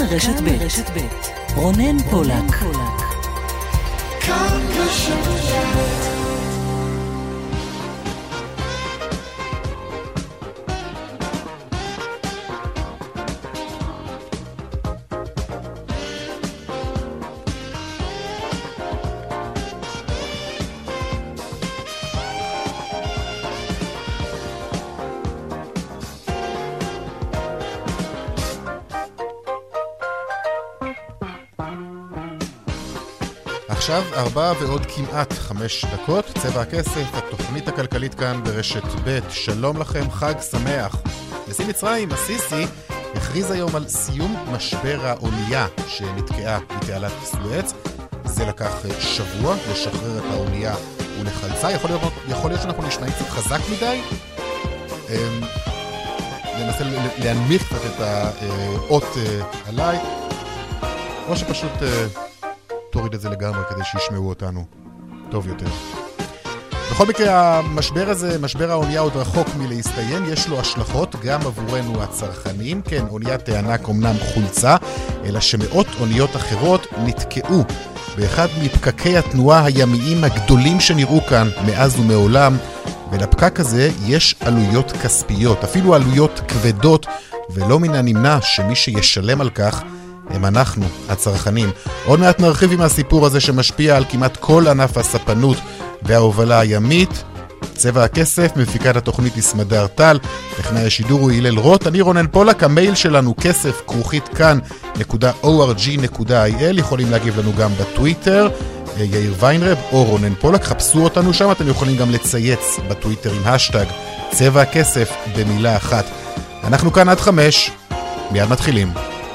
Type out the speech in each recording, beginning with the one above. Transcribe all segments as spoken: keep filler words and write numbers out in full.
רשת ב' רונן פולק. כאן רשת ב'. עכשיו ארבע ועוד כמעט חמש דקות, צבע הכסף, התוכנית הכלכלית כאן ברשת ב'. שלום לכם, חג שמח. נשיא מצרים, הסיסי, הכריז היום על סיום משבר האונייה שנתקעה בתעלת סואץ. זה לקח שבוע לשחרר את האונייה ולחלצה. יכול להיות, יכול להיות שאנחנו נשמעים קצת חזק מדי. ננסה להנמיך קצת את האות עליי, או שפשוט תוריד את זה לגמרי כדי שישמעו אותנו טוב יותר. בכל מקרה, המשבר הזה, משבר האונייה עוד רחוק מלהסתיים, יש לו השלכות גם עבורנו הצרכנים. כן, אוניית הענק אמנם חולצה, אלא שמאות אוניות אחרות נתקעו באחד מפקקי התנועה הימיים הגדולים שנראו כאן מאז ומעולם, ולפקק הזה יש עלויות כספיות, אפילו עלויות כבדות, ולא מן הנמנע שמי שישלם על כך הם אנחנו, הצרכנים. עוד מעט נרחיב עם הסיפור הזה שמשפיע על כמעט כל ענף הספנות וההובלה הימית. צבע הכסף, מפיקת התוכנית יסמדר טל, טכנאי השידור הוא הלל רוט, אני רונן פולק. המייל שלנו כסף כרוכית כאן נקודה או אר ג'י נקודה איי אל, יכולים להגיב לנו גם בטוויטר, יאיר ויינרב או רונן פולק, חפשו אותנו שם, אתם יכולים גם לצייץ בטוויטר עם השטג צבע הכסף במילה אחת. אנחנו כאן עד חמש, מיד מתחילים.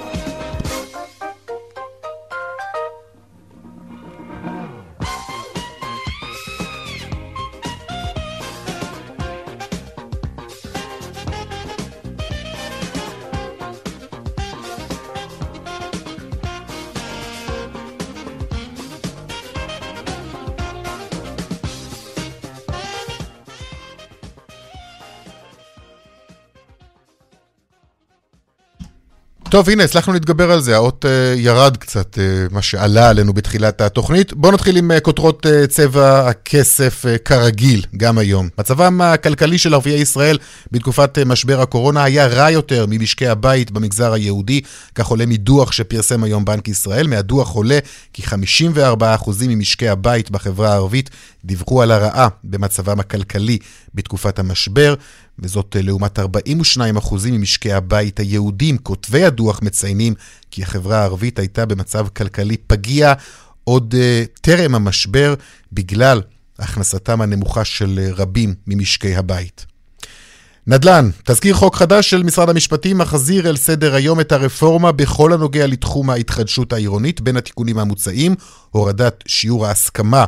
טוב, הנה, הצלחנו להתגבר על זה, האות uh, ירד קצת, uh, מה שעלה עלינו בתחילת התוכנית. בואו נתחיל עם uh, כותרות uh, צבע הכסף uh, כרגיל, גם היום. מצבם הכלכלי של ערביי ישראל בתקופת uh, משבר הקורונה היה רע יותר ממשקי הבית במגזר היהודי, כך עולה מדוח שפרסם היום בנק ישראל. מהדוח עולה כי חמישים וארבעה אחוז ממשקי הבית בחברה הערבית דיווחו על הרעה במצבם הכלכלי בתקופת המשבר, וזאת לעומת ארבעים ושניים אחוז ממשקי הבית היהודים. כותבי הדוח מציינים כי החברה הערבית הייתה במצב כלכלי פגיע עוד uh, טרם המשבר בגלל הכנסתם הנמוכה של רבים ממשקי הבית. נדל"ן, תזכיר חוק חדש של משרד המשפטים מחזיר אל סדר היום את הרפורמה בכל הנוגע לתחום ההתחדשות העירונית. בין התיקונים המוצעים, הורדת שיעור ההסכמה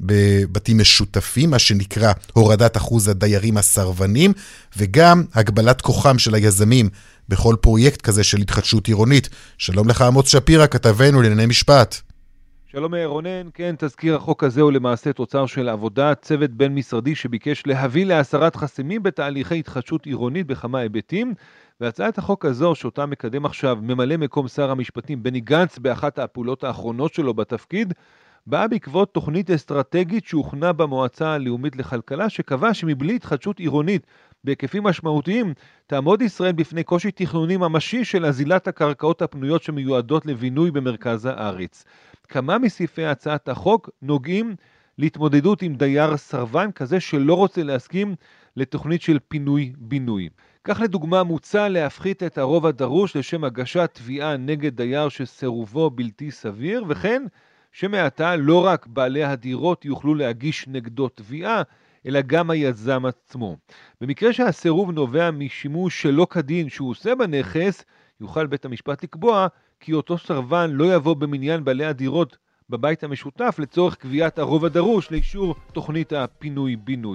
בבתים משותפים, מה שנקרא הורדת אחוז הדיירים הסרבנים, וגם הגבלת כוחם של היזמים בכל פרויקט כזה של התחדשות עירונית. שלום לך עמוס שפירא, כתבנו לענייני משפט. שלום רונן, כן, תזכיר החוק הזה הוא למעשה תוצר של עבודה צוות בין משרדי שביקש להביא להסרת חסמים בתהליכי התחדשות עירונית בכמה היבטים, והצעת החוק הזו שאותה מקדם עכשיו ממלא מקום שר המשפטים בני גנץ באחת הפעולות האחרונות שלו בתפקיד, באה בעקבות תוכנית אסטרטגית שהוכנה במועצה הלאומית לכלכלה, שקבע שמבלי התחדשות עירונית בהיקפים משמעותיים, תעמוד ישראל בפני קושי תכנוני ממשי של הזילת הקרקעות הפנויות שמיועדות לבינוי במרכז הארץ. כמה מסעיפי הצעת החוק נוגעים להתמודדות עם דייר סרבן כזה שלא רוצה להסכים לתוכנית של פינוי-בינוי. כך לדוגמה מוצע להפחית את הרוב הדרוש לשם הגשת תביעה נגד דייר שסירובו בלתי סביר, וכן שמעתה לא רק בעלי הדירות יוכלו להגיש נגדו תביעה, אלא גם היזם עצמו. במקרה שהסירוב נובע משימוש שלא כדין שהוא עושה בנכס, יוכל בית המשפט לקבוע כי אותו סרבן לא יבוא במניין בעלי הדירות בבית המשותף לצורך קביעת הרוב הדרוש לאישור תוכנית הפינוי-בינוי.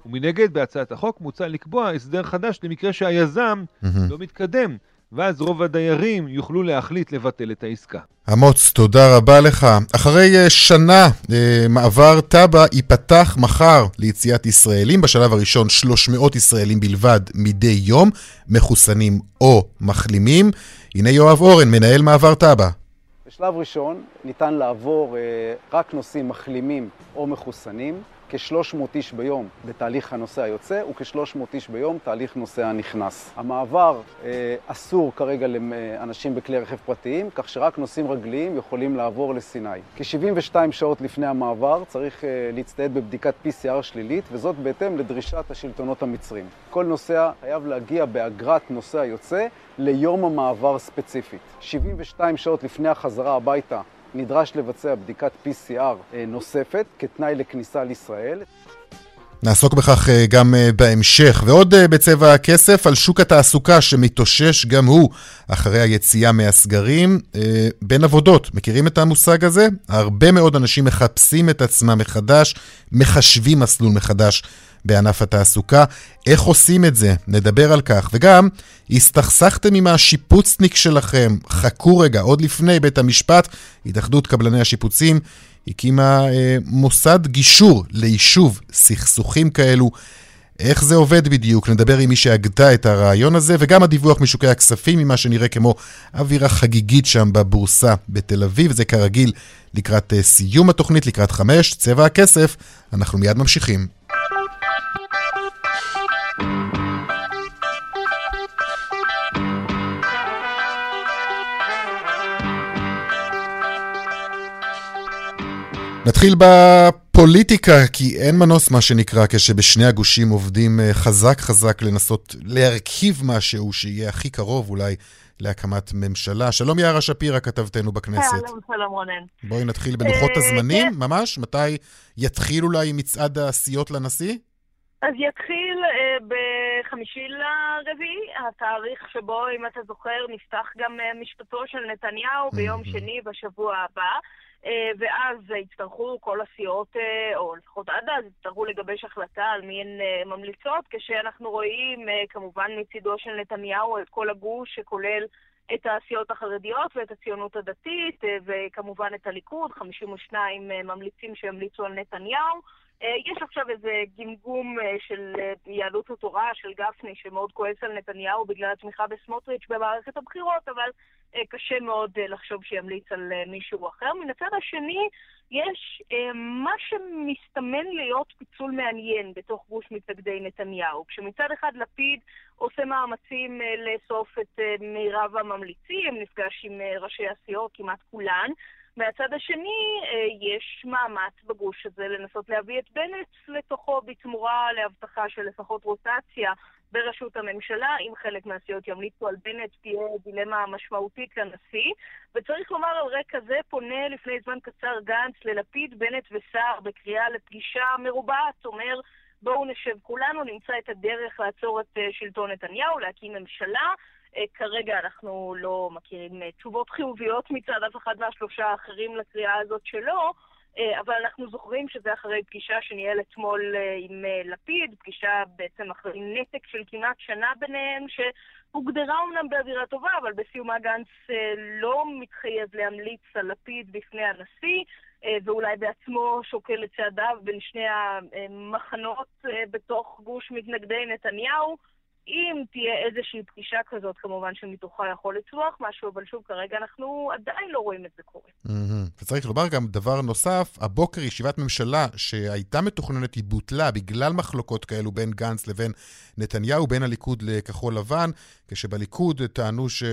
ומנגד, בהצעת החוק מוצע לקבוע הסדר חדש למקרה שהיזם Mm-hmm. לא מתקדם, ואז רוב הדיירים יוכלו להחליט לבטל את העסקה. אמוץ, תודה רבה לך. אחרי uh, שנה, uh, מעבר טאבה ייפתח מחר ליציאת ישראלים. בשלב הראשון שלוש מאות ישראלים בלבד מדי יום, מחוסנים או מחלימים. הנה יואב אורן, מנהל מעבר טאבה. בשלב ראשון ניתן לעבור uh, רק נוסעים מחלימים או מחוסנים, כ-שלוש מאות איש ביום בתהליך הנוסע היוצא, וכ-שלוש מאות איש ביום תהליך נוסע הנכנס. המעבר אה, אסור כרגע לאנשים בכלי רכב פרטיים, כך שרק נוסעים רגליים יכולים לעבור לסיני. כ-שבעים ושתיים שעות לפני המעבר צריך אה, להצטייד בבדיקת פי סי אר שלילית, וזאת בהתאם לדרישת השלטונות המצרים. כל נוסע חייב להגיע באגרת נוסע יוצא ליום המעבר ספציפית. שבעים ושתיים שעות לפני החזרה הביתה נדרש לבצע בדיקת פי סי אר נוספת כתנאי לכניסה לישראל. נעסוק בכך גם בהמשך. ועוד בצבע הכסף על שוק התעסוקה שמתאושש גם הוא אחרי היציאה מהסגרים. בין עבודות, מכירים את המושג הזה? הרבה מאוד אנשים מחפשים את עצמם מחדש, מחשבים מסלול מחדש בענף התעסוקה. איך עושים את זה? נדבר על כך. וגם, הסתכסכתם עם השיפוצניק שלכם. חכו רגע, עוד לפני בית המשפט, התאחדות קבלני השיפוצים הקימה אה, מוסד גישור ליישוב סכסוכים כאלו. איך זה עובד בדיוק? נדבר עם מי שהגתה את הרעיון הזה, וגם הדיווח משוקי הכספים, ממה שנראה כמו אווירה חגיגית שם בבורסה בתל אביב. זה כרגיל לקראת אה, סיום התוכנית, לקראת חמש, צבע הכסף. אנחנו מיד ממשיכים. נתחיל בפוליטיקה, כי אין מנוס מה שנקרא כשבשני הגושים עובדים חזק חזק לנסות להרכיב משהו שיהיה הכי קרוב אולי להקמת ממשלה. שלום יערה שפירא, כתבתנו בכנסת. שלום, שלום רונן. בואי נתחיל בלוחות הזמנים, ממש. מתי יתחיל אולי מצעד הסיעות לנשיא? אז יתחיל אה, בחמישי לרביעי, התאריך שבו, אם אתה זוכר, נפתח גם אה, משפטו של נתניהו ביום שני בשבוע הבא, אה, ואז יצטרכו כל הסיעות, אה, או לפחות עד אז, יצטרכו לגבש החלטה על מי הן אה, ממליצות, כשאנחנו רואים אה, כמובן מצידו של נתניהו את כל הגוש שכולל את הסיעות החרדיות ואת הציונות הדתית, אה, וכמובן את הליכוד, חמישים ושניים אה, ממליצים שהמליצו על נתניהו. יש עכשיו איזה גמגום של יהדות התורה, של גפני, שמאוד כועס על נתניהו בגלל התמיכה בסמוטריץ' במערכת הבחירות, אבל קשה מאוד לחשוב שימליץ על מישהו אחר. מן הצד השני, יש מה שמסתמן להיות פיצול מעניין בתוך גוש מתנגדי נתניהו. כשמצד אחד לפיד עושה מאמצים לאסוף את מירב הממליצים, נפגש עם ראשי הסיעות כמעט כולן, מהצד השני, יש מאמץ בגוש הזה לנסות להביא את בנט לתוכו בתמורה להבטחה של לפחות רוטציה בראשות הממשלה. אם חלק מהסיעות ימליצו על בנט, תהיה דילמה משמעותית לנשיא. וצריך לומר על רקע זה, פונה לפני זמן קצר גנץ ללפיד, בנט וסער בקריאה לפגישה מרובעת. אומר, בואו נשב כולנו, נמצא את הדרך לעצור את שלטון נתניהו, להקים ממשלה. כרגע אנחנו לא מכירים תשובות חיוביות מצד אף אחד מהשלושה האחרים לקריאה הזאת שלו, אבל אנחנו זוכרים שזה אחרי פגישה שניהל אתמול עם לפיד, פגישה בעצם אחרי נתק של כמעט שנה ביניהם, שהוגדרה אומנם באווירה טובה, אבל בסיומה גנץ לא מתחייב להמליץ על לפיד בפני הנשיא, ואולי בעצמו שוקל את צעדיו בין שני המחנות בתוך גוש מתנגדי נתניהו. אם תהיה איזושהי פגישה כזאת, כמובן שמתוכה יכול לצלוח משהו, אבל שוב, כרגע אנחנו עדיין לא רואים את זה קורה. וצריך לומר גם דבר נוסף, הבוקר ישיבת ממשלה שהייתה מתוכננת היא בוטלה בגלל מחלוקות כאלו בין גנץ לבין נתניהו, בין הליכוד לכחול לבן, כשבליכוד טענו ש...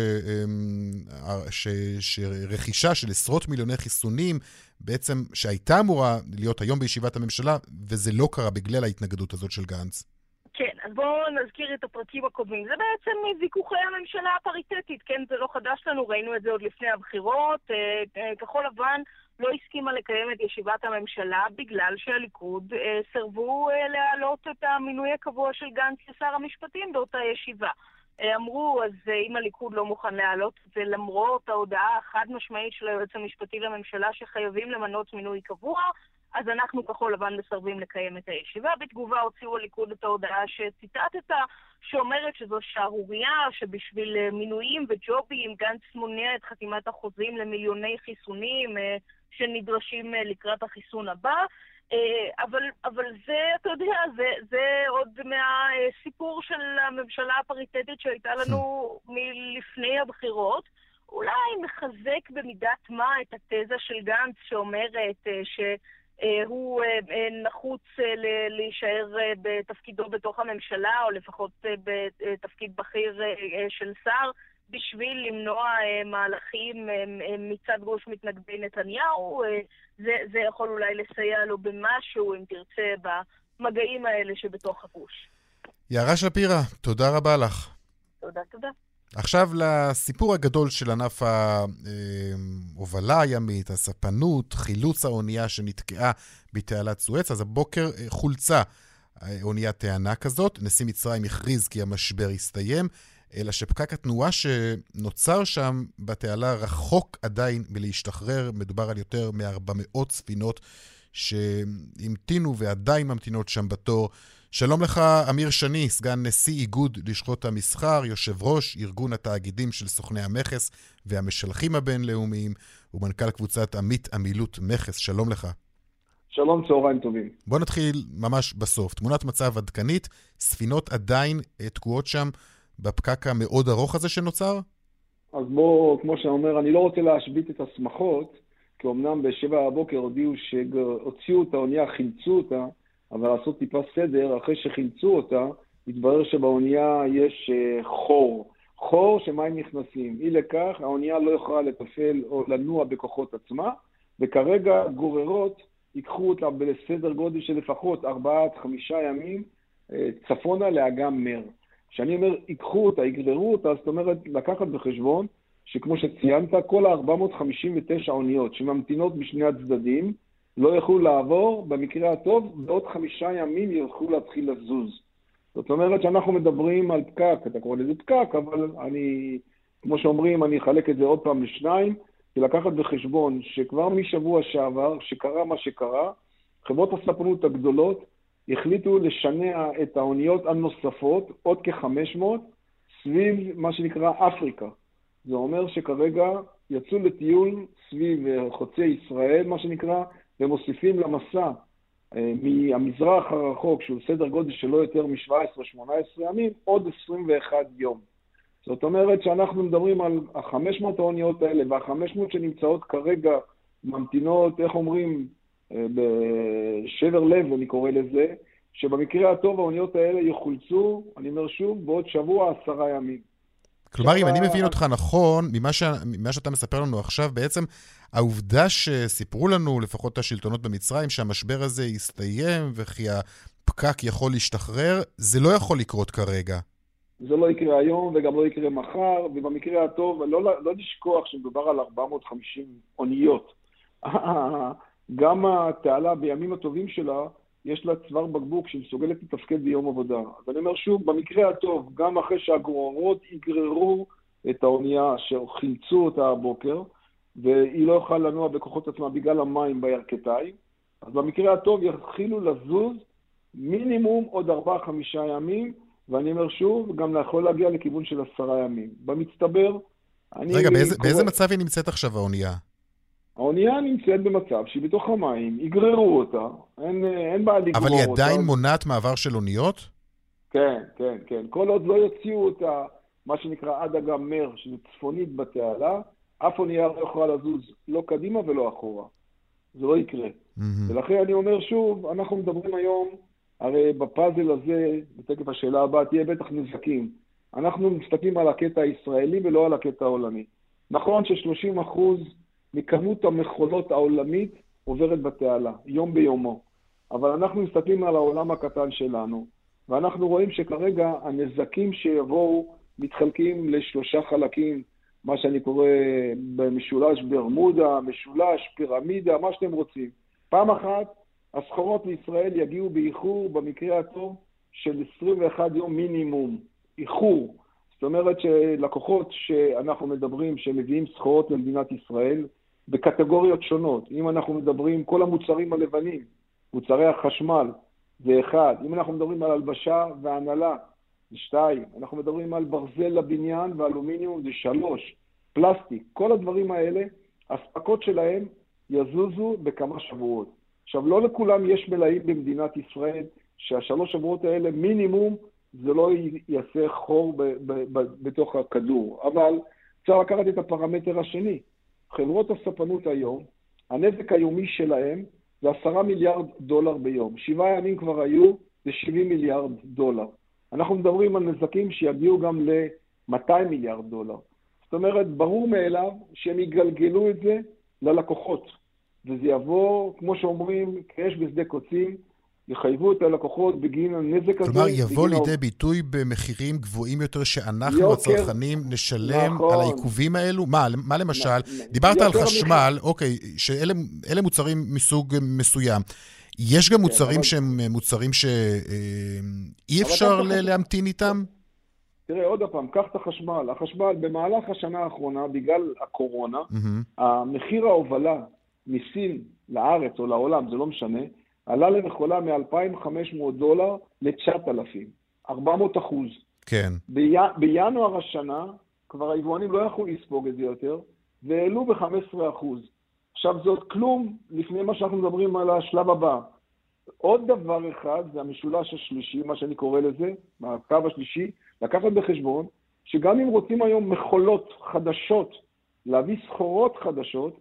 ש... שרכישה של עשרות מיליוני חיסונים, בעצם שהייתה אמורה להיות היום בישיבת הממשלה, וזה לא קרה בגלל ההתנגדות הזאת של גנץ. כן, אז בואו נזכיר את הפרקים הקודמים. זה בעצם ויכוחי הממשלה הפריטטית, כן? זה לא חדש לנו, ראינו את זה עוד לפני הבחירות. כחול לבן לא הסכימה לקיים את ישיבת הממשלה בגלל שהליכוד סרבו להעלות את המינוי הקבוע של גנץ לשר המשפטים באותה ישיבה. אמרו, אז אם הליכוד לא מוכן להעלות את זה למרות ההודעה החד משמעית של היועץ המשפטי לממשלה שחייבים למנות מינוי קבוע, אז אנחנו כחול לבן מסרבים לקיים את הישיבה. בתגובה הוציאו הליכוד את ההודעה שציטטת, שאומרת שזו שערורייה, שבשביל מינויים וג'ובים גנץ מונע את חתימת החוזים למיליוני חיסונים שנדרשים לקראת החיסון הבא. אבל, אבל זה, אתה יודע, זה, זה עוד מהסיפור של הממשלה הפריטטית שהייתה לנו מלפני הבחירות. אולי מחזק במידת מה את התזה של גנץ שאומרת שהוא נחוץ להישאר בתפקידו בתוך הממשלה, או לפחות בתפקיד בכיר של שר, בשביל למנוע מהלכים מצד גוש מתנגדי נתניהו. זה, זה יכול אולי לסייע לו במשהו, אם תרצה, במגעים האלה שבתוך הגוש. יערה שפירא, תודה רבה לך. תודה, תודה. עכשיו לסיפור הגדול של ענף ההובלה הימית, הספנות, חילוץ האונייה שנתקעה בתעלת סואץ. אז הבוקר חולצה אוניית טענה כזאת. נשיא מצרים הכריז כי המשבר הסתיים, אלא שפקק התנועה שנוצר שם בתעלה רחוק עדיין מלהשתחרר. מדובר על יותר מ-ארבע מאות ספינות שהמתינו ועדיין ממתינות שם בתור. שלום לך, אמיר שני, סגן נשיא איגוד לשכות המסחר, יושב ראש ארגון התאגידים של סוכני המכס והמשלחים הבינלאומיים, ומנכ"ל קבוצת עמית עמילות מכס. שלום לך. שלום, צהריים טובים. בוא נתחיל ממש בסוף. תמונת מצב עדכנית, ספינות עדיין תקועות שם בפקק המאוד ארוך הזה שנוצר? אז בוא, כמו שאומר, אני לא רוצה להשבית את השמחות, כי אמנם בשבע הבוקר הודיעו שהוציאו את האונייה, חילצו אותה, אבל לעשות טיפה סדר, אחרי שחילצו אותה, התברר שבאונייה יש חור. חור שמים נכנסים. אי לכך, האונייה לא יכולה לתפעל או לנוע בכוחות עצמה, וכרגע גוררות ייקחו אותה בסדר גודל של לפחות ארבעה עד חמישה ימים צפונה לאגם מר. כשאני אומר, ייקחו אותה, יגררו אותה, זאת אומרת, לקחת בחשבון, שכמו שציינת, כל ה-ארבע מאות חמישים ותשע אוניות שממתינות בשני הצדדים, לא יוכלו לעבור, במקרה הטוב, בעוד חמישה ימים יוכלו להתחיל לזוז. זאת אומרת שאנחנו מדברים על פקק, אתה קורא לזה פקק, אבל אני, כמו שאומרים, אני אחלק את זה עוד פעם לשניים, ולקחת בחשבון שכבר משבוע שעבר, שקרה מה שקרה, חברות הספנות הגדולות החליטו לשנע את האוניות הנוספות, עוד כ-חמש מאות, סביב מה שנקרא אפריקה. זה אומר שכרגע יצאו לטיול סביב חוצי ישראל, מה שנקרא, ומוסיפים למסע מהמזרח הרחוק, שהוא סדר גודל שלא יותר מ-שבע עשרה שמונה עשרה ימים, עוד עשרים ואחד יום. זאת אומרת שאנחנו מדברים על ה-חמש מאות האוניות האלה, וה-חמש מאות שנמצאות כרגע ממתינות, איך אומרים, בשבר לב, אני קורא לזה, שבמקרה הטוב האוניות האלה יחולצו, אני אומר שוב, בעוד שבוע עשרה ימים. כלומר, אם אני מבין אותך נכון, ממה, ש... ממה שאתה מספר לנו עכשיו, בעצם העובדה שסיפרו לנו, לפחות השלטונות במצרים, שהמשבר הזה יסתיים וכי הפקק יכול להשתחרר, זה לא יכול לקרות כרגע. זה לא יקרה היום וגם לא יקרה מחר, ובמקרה הטוב, לא, לא לשכוח שמדובר על ארבע מאות וחמישים אוניות. גם התעלה בימים הטובים שלה, יש לה צוואר בקבוק שמסוגלת לתפקד ביום עבודה. אז אני אומר שוב, במקרה הטוב, גם אחרי שהגרורות יגררו את האונייה שחילצו אותה הבוקר, והיא לא יכולה לנוע בכוחות עצמה בגלל המים בירכתיים, אז במקרה הטוב יתחילו לזוז מינימום עוד ארבעה חמישה ימים, ואני אומר שוב, גם יכול להגיע לכיוון של עשרה ימים. במצטבר, אני... רגע, באיזה, קורא... באיזה מצב היא נמצאת עכשיו האונייה? האונייה נמצאת במצב שהיא בתוך המים, יגררו אותה, אין, אין בעיה לגרור אותה. אבל היא עדיין אותה. מונעת מעבר של אוניות? כן, כן, כן. כל עוד לא יוציאו אותה, מה שנקרא עד אגם מר, שזה צפונית בתעלה, אף אונייה לא יכולה לזוז, לא קדימה ולא אחורה. זה לא יקרה. Mm-hmm. ולכן אני אומר שוב, אנחנו מדברים היום, הרי בפאזל הזה, בתקף השאלה הבאה, תהיה בטח נזקים. אנחנו מסתכלים על הקטע הישראלי ולא על הקטע העולמי. נכון ש-שלושים אחוז מכמות המכולות העולמית עוברת בתעלה, יום ביומו. אבל אנחנו מסתכלים על העולם הקטן שלנו, ואנחנו רואים שכרגע הנזקים שיבואו מתחלקים לשלושה חלקים, מה שאני קורא במשולש ברמודה, משולש, פירמידה, מה שאתם רוצים. פעם אחת, הסחורות לישראל יגיעו באיחור במקרה הטוב של עשרים ואחד יום מינימום. איחור. זאת אומרת שלקוחות שאנחנו מדברים שמביאים סחורות למדינת ישראל, בקטגוריות שונות. אם אנחנו מדברים, כל המוצרים הלבנים, מוצרי החשמל, זה אחד. אם אנחנו מדברים על הלבשה והנהלה, זה שתיים. אנחנו מדברים על ברזל לבניין ואלומיניום, זה שלוש. פלסטיק, כל הדברים האלה, הספקות שלהם יזוזו בכמה שבועות. עכשיו, לא לכולם יש מלאים במדינת ישראל, שהשלוש שבועות האלה מינימום, זה לא יעשה חור ב- ב- ב- בתוך הכדור. אבל צריך לקחת את הפרמטר השני. חברות הספנות היום, הנזק היומי שלהם זה עשרה מיליארד דולר ביום. שבעה ימים כבר היו, זה שבעים מיליארד דולר. אנחנו מדברים על נזקים שיגיעו גם ל-מאתיים מיליארד דולר. זאת אומרת, ברור מאליו שהם יגלגלו את זה ללקוחות. וזה יבוא, כמו שאומרים, כאש בשדה קוצים, יחייבו את הלקוחות בגין הנזק הזה. כלומר, יבוא לידי ה... ביטוי במחירים גבוהים יותר שאנחנו יוקר, הצרכנים נשלם נכון. על העיכובים האלו? מה, מה למשל? נ... דיברת על יוקר חשמל, המחיר. אוקיי, שאלה מוצרים מסוג מסוים. יש גם מוצרים אבל... שהם מוצרים שאי אפשר ל- להמתין איתם? תראה, עוד הפעם, קח את החשמל. החשמל, במהלך השנה האחרונה, בגלל הקורונה, mm-hmm. המחיר ההובלה מסין לארץ או לעולם, זה לא משנה, עלה למכולה מ-אלפיים וחמש מאות דולר ל-תשעת אלפים, ארבע מאות אחוז. כן. ב- בינואר השנה, כבר היבואנים לא יכולו לספוג את זה יותר, והעלו ב-חמישה עשר אחוז. עכשיו, זאת כלום לפני מה שאנחנו מדברים על השלב הבא. עוד דבר אחד, זה המשולש השלישי, מה שאני קורא לזה, הקו השלישי, לקחת בחשבון, שגם אם רוצים היום מכולות חדשות, להביא סחורות חדשות,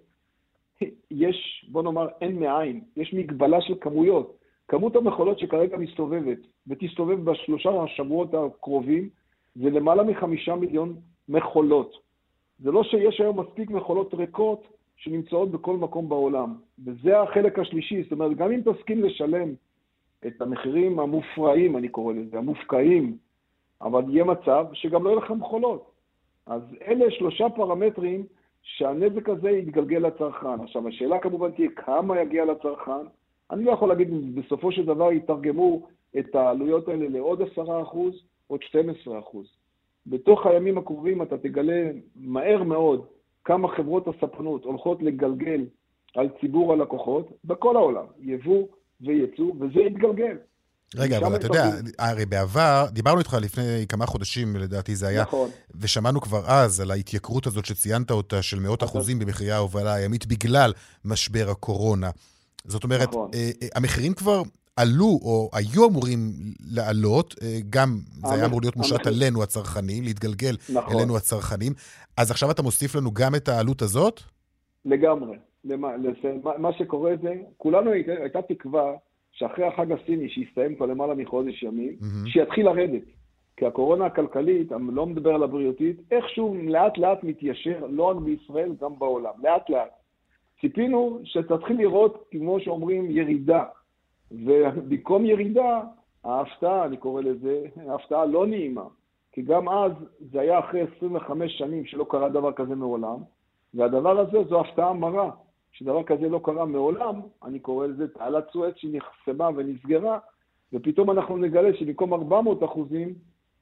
יש, בוא נאמר, אין מאין, יש מגבלה של כמויות. כמות המכולות שכרגע מסתובבת, ותסתובב בשלושה השבועות הקרובים, זה למעלה מחמישה מיליון מכולות. זה לא שיש היום מספיק מכולות ריקות, שנמצאות בכל מקום בעולם. וזה החלק השלישי, זאת אומרת, גם אם תסכים לשלם את המחירים המופרעים, אני קורא לזה, המופקעים, אבל יהיה מצב שגם לא יהיה לך מכולות. אז אלה שלושה פרמטרים שהנזק הזה יתגלגל לצרכן. עכשיו, השאלה כמובן תהיה כמה יגיע לצרכן. אני לא יכול להגיד אם בסופו של דבר יתרגמו את העלויות האלה לעוד עשרה אחוז, עוד שנים עשר אחוז. בתוך הימים הקרובים אתה תגלה מהר מאוד כמה חברות הספנות הולכות לגלגל על ציבור הלקוחות בכל העולם, יבוא וייצוא, וזה יתגלגל. רגע, אבל אתה יודע, הרי בעבר, דיברנו איתך לפני כמה חודשים, לדעתי זה היה, נכון. ושמענו כבר אז על ההתייקרות הזאת שציינת אותה, של מאות אחוזים במחירי ההובלה הימית, בגלל משבר הקורונה. זאת אומרת, נכון. המחירים כבר עלו, או היו אמורים לעלות, גם זה היה אמור להיות מושת עלינו הצרכנים, להתגלגל נכון. אלינו הצרכנים, אז עכשיו אתה מוסיף לנו גם את העלות הזאת? לגמרי. למה, למה, מה שקורה זה, כולנו הייתה תקווה, שאחרי החג הסיני, שהסתיים כבר למעלה מחודש ימים, mm-hmm. שיתחיל לרדת. כי הקורונה הכלכלית, אני לא מדבר על הבריאותית, איכשהו לאט לאט מתיישר, לא רק בישראל, גם בעולם. לאט לאט. ציפינו שתתחיל לראות, כמו שאומרים, ירידה. ובמקום ירידה, ההפתעה, אני קורא לזה, ההפתעה לא נעימה. כי גם אז זה היה אחרי עשרים וחמש שנים שלא קרה דבר כזה מעולם, והדבר הזה זו הפתעה מרה. שדבר כזה לא קרה מעולם, אני קורא לזה תעלת סואץ שנחסמה ונסגרה, ופתאום אנחנו נגלה שבמקום ארבע מאות אחוזים,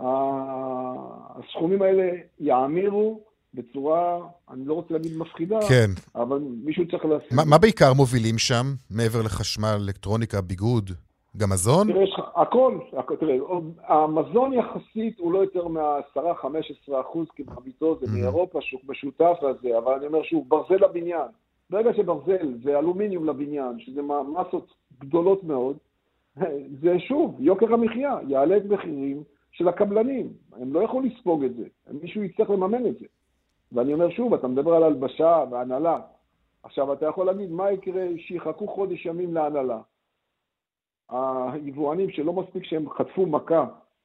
הסכומים האלה יאמירו בצורה, אני לא רוצה להגיד מפחידה, כן. אבל מישהו צריך לשים. מה, מה בעיקר מובילים שם, מעבר לחשמל, אלקטרוניקה, ביגוד, גם מזון? תראה, יש הכל, תראה, המזון יחסית הוא לא יותר מה-עשרה עד חמישה עשר אחוז, כי מרביתו זה מאירופה, שוק משותף הזה, אבל אני אומר שוב, ברזל לבניין. ברגע שברזל ואלומיניום לבניין, שזה מסות גדולות מאוד, זה שוב, יוקר המחיה, יעלה את מחירים של הקבלנים. הם לא יכולים לספוג את זה, מישהו יצטרך לממן את זה. ואני אומר שוב, אתה מדבר על הלבשה והנהלה. עכשיו, אתה יכול להגיד מה יקרה שיחכו חודש ימים להנהלה. היבואנים שלא מספיק שהם חטפו מכה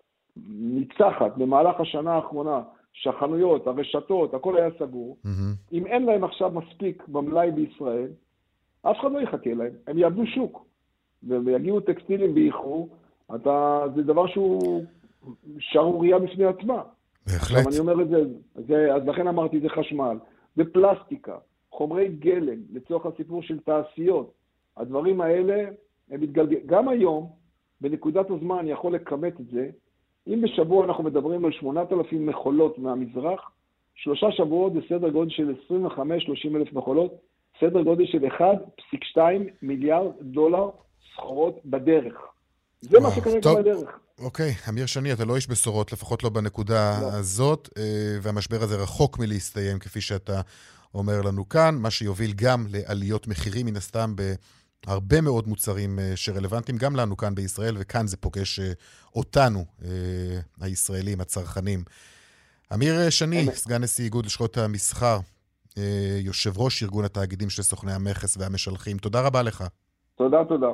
ניצחת במהלך השנה האחרונה, שהחנויות, הרשתות, הכל היה סגור. Mm-hmm. אם אין להם עכשיו מספיק במלאי בישראל, אף אחד לא יחכה להם. הם יעבדו שוק. ויגיעו טקסטילים באיחור, אתה, זה דבר שהוא שערוריה בפני עצמה. בהחלט. עכשיו אני אומר את זה, זה, אז לכן אמרתי, זה חשמל. זה פלסטיקה, חומרי גלם, לצורך הסיפור של תעשיות. הדברים האלה, הם מתגלגלים. גם היום, בנקודת הזמן, אני יכול לקמת את זה, אם בשבוע אנחנו מדברים על שמונת אלפים מכולות מהמזרח, שלושה שבועות זה סדר גודל של עשרים וחמש עד שלושים אלף מכולות, סדר גודל של אחד נקודה שתיים מיליארד דולר סחורות בדרך. זה מה שכרגע בדרך. אוקיי, אמיר שני, אתה לא איש בשורות, לפחות לא בנקודה לא. הזאת, והמשבר הזה רחוק מלהסתיים, כפי שאתה אומר לנו כאן, מה שיוביל גם לעליות מחירים, מן הסתם בהרבה מאוד מוצרים שרלוונטיים, גם לנו כאן בישראל, וכאן זה פוגש אותנו, הישראלים, הצרכנים. אמיר שני, סגן נשיא איגוד לשכות המסחר, יושב ראש ארגון התאגידים של סוכני המכס והמשלחים, תודה רבה לך. תודה, תודה.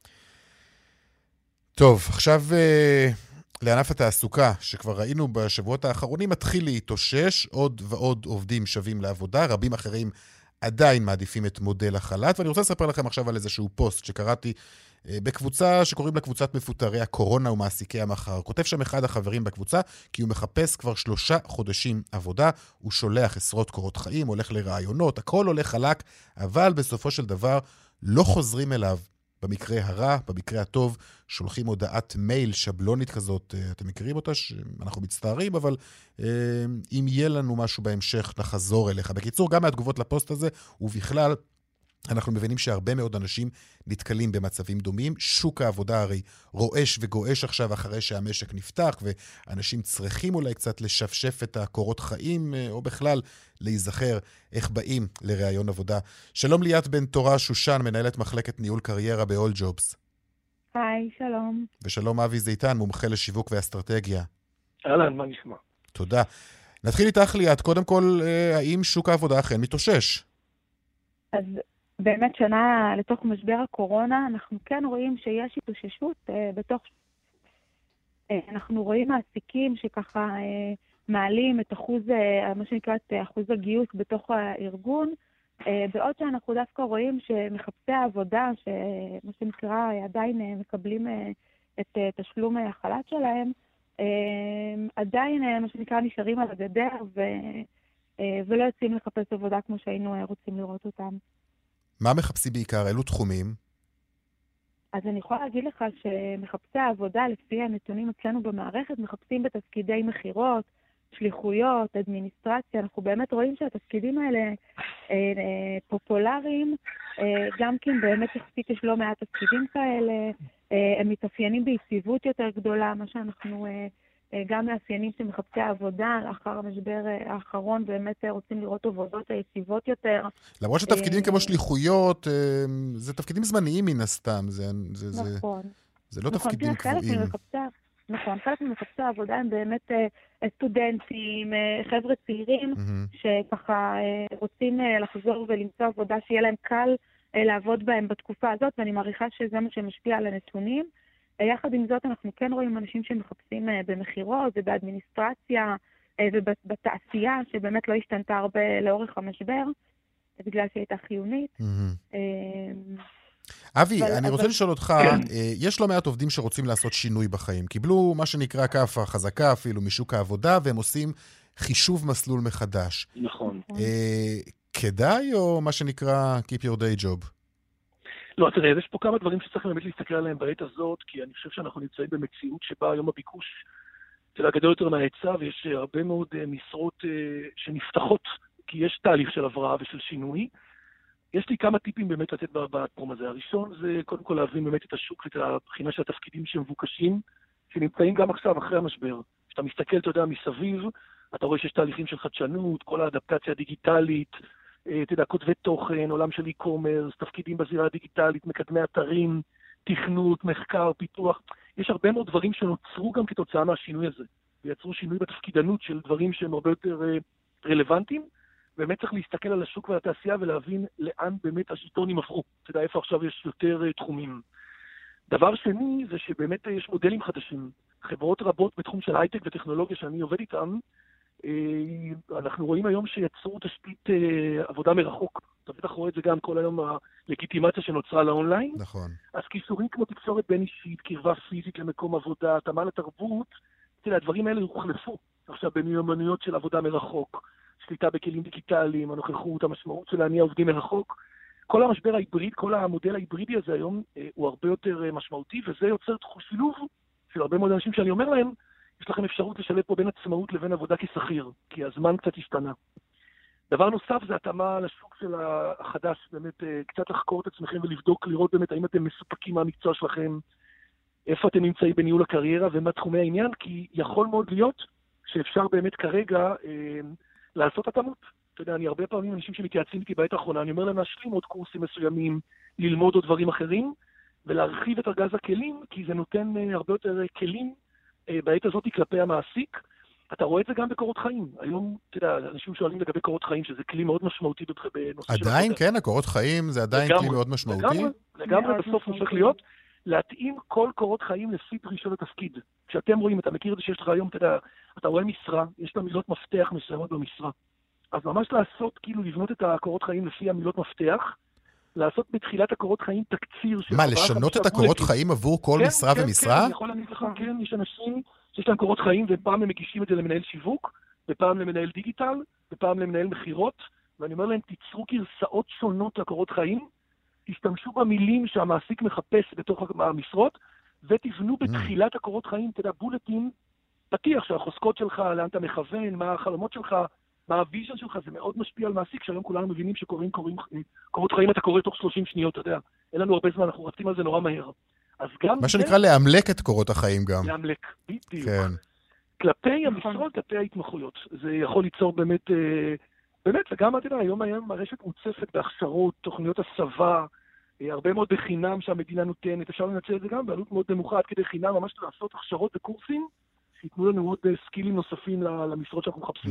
טוב, עכשיו לענף התעסוקה, שכבר ראינו בשבועות האחרונים, מתחיל להתאושש, עוד ועוד עובדים שווים לעבודה, רבים אחרים עדיין מעדיפים את מודל החל"ת, ואני רוצה לספר לכם עכשיו על איזשהו פוסט שקראתי בקבוצה שקוראים לה קבוצת מפוטרי הקורונה ומעסיקי המחר. כותב שם אחד החברים בקבוצה, כי הוא מחפש כבר שלושה חודשים עבודה, הוא שולח עשרות קורות חיים, הולך לרעיונות, הכל הולך חלק, אבל בסופו של דבר לא חוזרים אליו. במקרה הרע, במקרה הטוב, שולחים הודעת מייל שבלונית כזאת, אתם מכירים אותה, אנחנו מצטערים, אבל אה, אם יהיה לנו משהו בהמשך, נחזור אליך. בקיצור, גם מהתגובות לפוסט הזה, ובכלל, אנחנו מבינים שהרבה מאוד אנשים נתקלים במצבים דומים. שוק העבודה הרי רועש וגועש עכשיו אחרי שהמשק נפתח, ואנשים צריכים אולי קצת לשפשף את הקורות חיים, או בכלל להיזכר איך באים לראיון עבודה. שלום ליאת בן תורה שושן, מנהלת מחלקת ניהול קריירה ב-All Jobs. היי, שלום. ושלום אבי זיתן, מומחה לשיווק ואסטרטגיה. אהלן, מה נשמע? תודה. נתחיל איתך ליאת, קודם כל, האם שוק העבודה אכן מתאושש? אז באמת שנה לתוך משבר הקורונה, אנחנו כן רואים שיש התאוששות אה, בתוך... אה, אנחנו רואים מעסיקים שככה אה, מעלים את אחוז, אה, מה שנקרא את אחוז הגיוס בתוך הארגון, אה, בעוד שאנחנו דווקא רואים שמחפשי העבודה, שמה שנקרא עדיין אה, מקבלים אה, את אה, תשלום החל"ת שלהם, אה, עדיין אה, מה שנקרא נשארים על הגדר ו, אה, ולא יוצאים לחפש עבודה כמו שהיינו אה, רוצים לראות אותם. מה מחפשים בעיקר? אילו תחומים? אז אני יכולה להגיד לך שמחפשי העבודה, לפי הנתונים אצלנו במערכת, מחפשים בתפקידי מחירות, שליחויות, אדמיניסטרציה. אנחנו באמת רואים שהתפקידים האלה אה, אה, פופולריים, אה, גם כן באמת יחסית יש לא מעט תפקידים כאלה, אה, הם מתאפיינים ביציבות יותר גדולה, מה שאנחנו... אה, גם מאפיינים של מחפשי העבודה, לאחר המשבר האחרון, באמת רוצים לראות עבודות היציבות יותר. למרות שתפקידים כמו שליחויות, זה תפקידים זמניים מן הסתם, נכון. זה לא תפקידים קבועים. נכון, חלק ממחפשי העבודה הם באמת סטודנטים, חבר'ה צעירים, שככה רוצים לחזור ולמצוא עבודה שיהיה להם קל לעבוד בהם בתקופה הזאת, ואני מעריכה שזה מה שמשפיע על הנתונים. יחד עם זאת, אנחנו כן רואים אנשים שמחפשים במחירות ובאדמיניסטרציה ובתעשייה, שבאמת לא השתנתה הרבה לאורך המשבר, בגלל שהיא הייתה חיונית. אבי, אני רוצה לשאול אותך, יש לא מעט עובדים שרוצים לעשות שינוי בחיים. קיבלו מה שנקרא כאפה חזקה אפילו משוק העבודה, והם עושים חישוב מסלול מחדש. נכון. כדאי או מה שנקרא keep your day job? לא, תראה, יש פה כמה דברים שצריך באמת להסתכל עליהם בעת הזאת, כי אני חושב שאנחנו נמצאים במציאות שבה היום הביקוש אצל הגדול יותר מההיצע, ויש הרבה מאוד משרות שנפתחות, כי יש תהליך של הבראה ושל שינוי. יש לי כמה טיפים באמת לתת בתחום הזה. הראשון זה קודם כל להבין באמת את השוק ואת הבחינה של התפקידים שמבוקשים, שנמצאים גם עכשיו אחרי המשבר. כשאתה מסתכל, אתה יודע, מסביב, אתה רואה שיש תהליכים של חדשנות, כל האדפטציה הדיגיטלית, אתה יודע, כותבי תוכן, עולם של e-commerce, תפקידים בזירה הדיגיטלית, מקדמי אתרים, תכנות, מחקר, פיתוח. יש הרבה מאוד דברים שנוצרו גם כתוצאה מהשינוי הזה, ויצרו שינוי בתפקידנות של דברים שהם הרבה יותר רלוונטיים. באמת צריך להסתכל על השוק והתעשייה ולהבין לאן באמת השלטונים עברו. אתה יודע, איפה עכשיו יש יותר תחומים. דבר שני זה שבאמת יש מודלים חדשים. חברות רבות בתחום של הייטק וטכנולוגיה שאני עובד איתם, אנחנו רואים היום שיצרו תשתית עבודה מרחוק. אתה בטח רואה את זה גם כל היום הלגיטימציה שנוצרה לאונליין. נכון. אז כישורים כמו תקשורת בין אישית, קרבה פיזית למקום עבודה, התאמה לתרבות, הדברים האלה הוחלפו עכשיו במיומנויות של עבודה מרחוק, שליטה בכלים דיגיטליים, הנוכחות, המשמעות של להניע עובדים מרחוק. כל המשבר ההיבריד, כל המודל ההיברידי הזה היום הוא הרבה יותר משמעותי, וזה יוצר שילוב של הרבה מאוד אנשים שאני אומר להם, יש לכם אפשרות לשלב פה בין עצמאות לבין עבודה כשכיר, כי הזמן קצת השתנה. דבר נוסף זה התאמה לשוק של החדש, באמת קצת לחקור את עצמכם ולבדוק, לראות באמת האם אתם מסופקים מהמקצוע שלכם, איפה אתם נמצאים בניהול הקריירה ומה תחומי העניין, כי יכול מאוד להיות שאפשר באמת כרגע אה, לעשות התאמות. אתה יודע, אני הרבה פעמים אנשים שמתייעצים איתי בעת האחרונה, אני אומר להם להשלים עוד קורסים מסוימים, ללמוד עוד דברים אחרים, ולהרחיב את ארגז הכלים, כי זה נותן אה, הרבה יותר כלים אה, בעת הזאת כלפי המעסיק. אתה רואה את זה גם בקורות חיים. היום, אתה יודע, אנשים שואלים לגבי קורות חיים, שזה כלי מאוד משמעותי בנושא של... עדיין, כן, הקורות חיים זה עדיין כלי מאוד משמעותי. לגמרי, לגמרי בסוף נושך להיות, להתאים כל קורות חיים לפי דרישות התפקיד. כשאתם רואים, אתה מכיר את זה שיש לך היום, אתה יודע, אתה רואה משרה, יש לה מילות מפתח מסוימות במשרה. אז ממש לעשות, כאילו, לבנות את הקורות חיים לפי המילות מפתח, לעשות בתחילת הקורות חיים תקציר... מה, לשנות את הקורות חיים עבור כל משרה ומשרה? כן, כן, אני יכול להגיד לך, כן, יש אנשים שיש להם קורות חיים, ופעם הם מגישים את זה למנהל שיווק, ופעם למנהל דיגיטל, ופעם למנהל מחירות, ואני אומר להם, תיצרו גרסאות שונות לקורות חיים, תשתמשו במילים שהמעסיק מחפש בתוך המשרות, ותבנו בתחילת הקורות חיים, אתה יודע, בולטים, פתיח שהחוזקות שלך, לאן אתה מכוון, מה החלומות שלך, מה הוויז'ן שלך, זה מאוד משפיע על מעסיק, שהיום כולנו מבינים שקוראים קוראים, קורות חיים אתה קורא תוך שלושים שניות, אתה יודע. אין לנו הרבה זמן, אנחנו רצים על זה נורא מהר. אז גם... מה שנקרא לאמלק את קורות החיים גם. לאמלק, בדיוק. כן. כלפי המשרות, כלפי ההתמחויות. זה יכול ליצור באמת, באמת, וגם, אתה יודע, היום היום הרשת מוצפת בהכשרות, תוכניות הסבה, הרבה מאוד בחינם שהמדינה נותנת, אפשר לנצל את זה גם בעלות מאוד נמוכה, עד כדי חינם ממש לעשות הכשרות וקורסים, שיתנו לנו עוד סקילים נוספים למשרות שאנחנו מחפשים.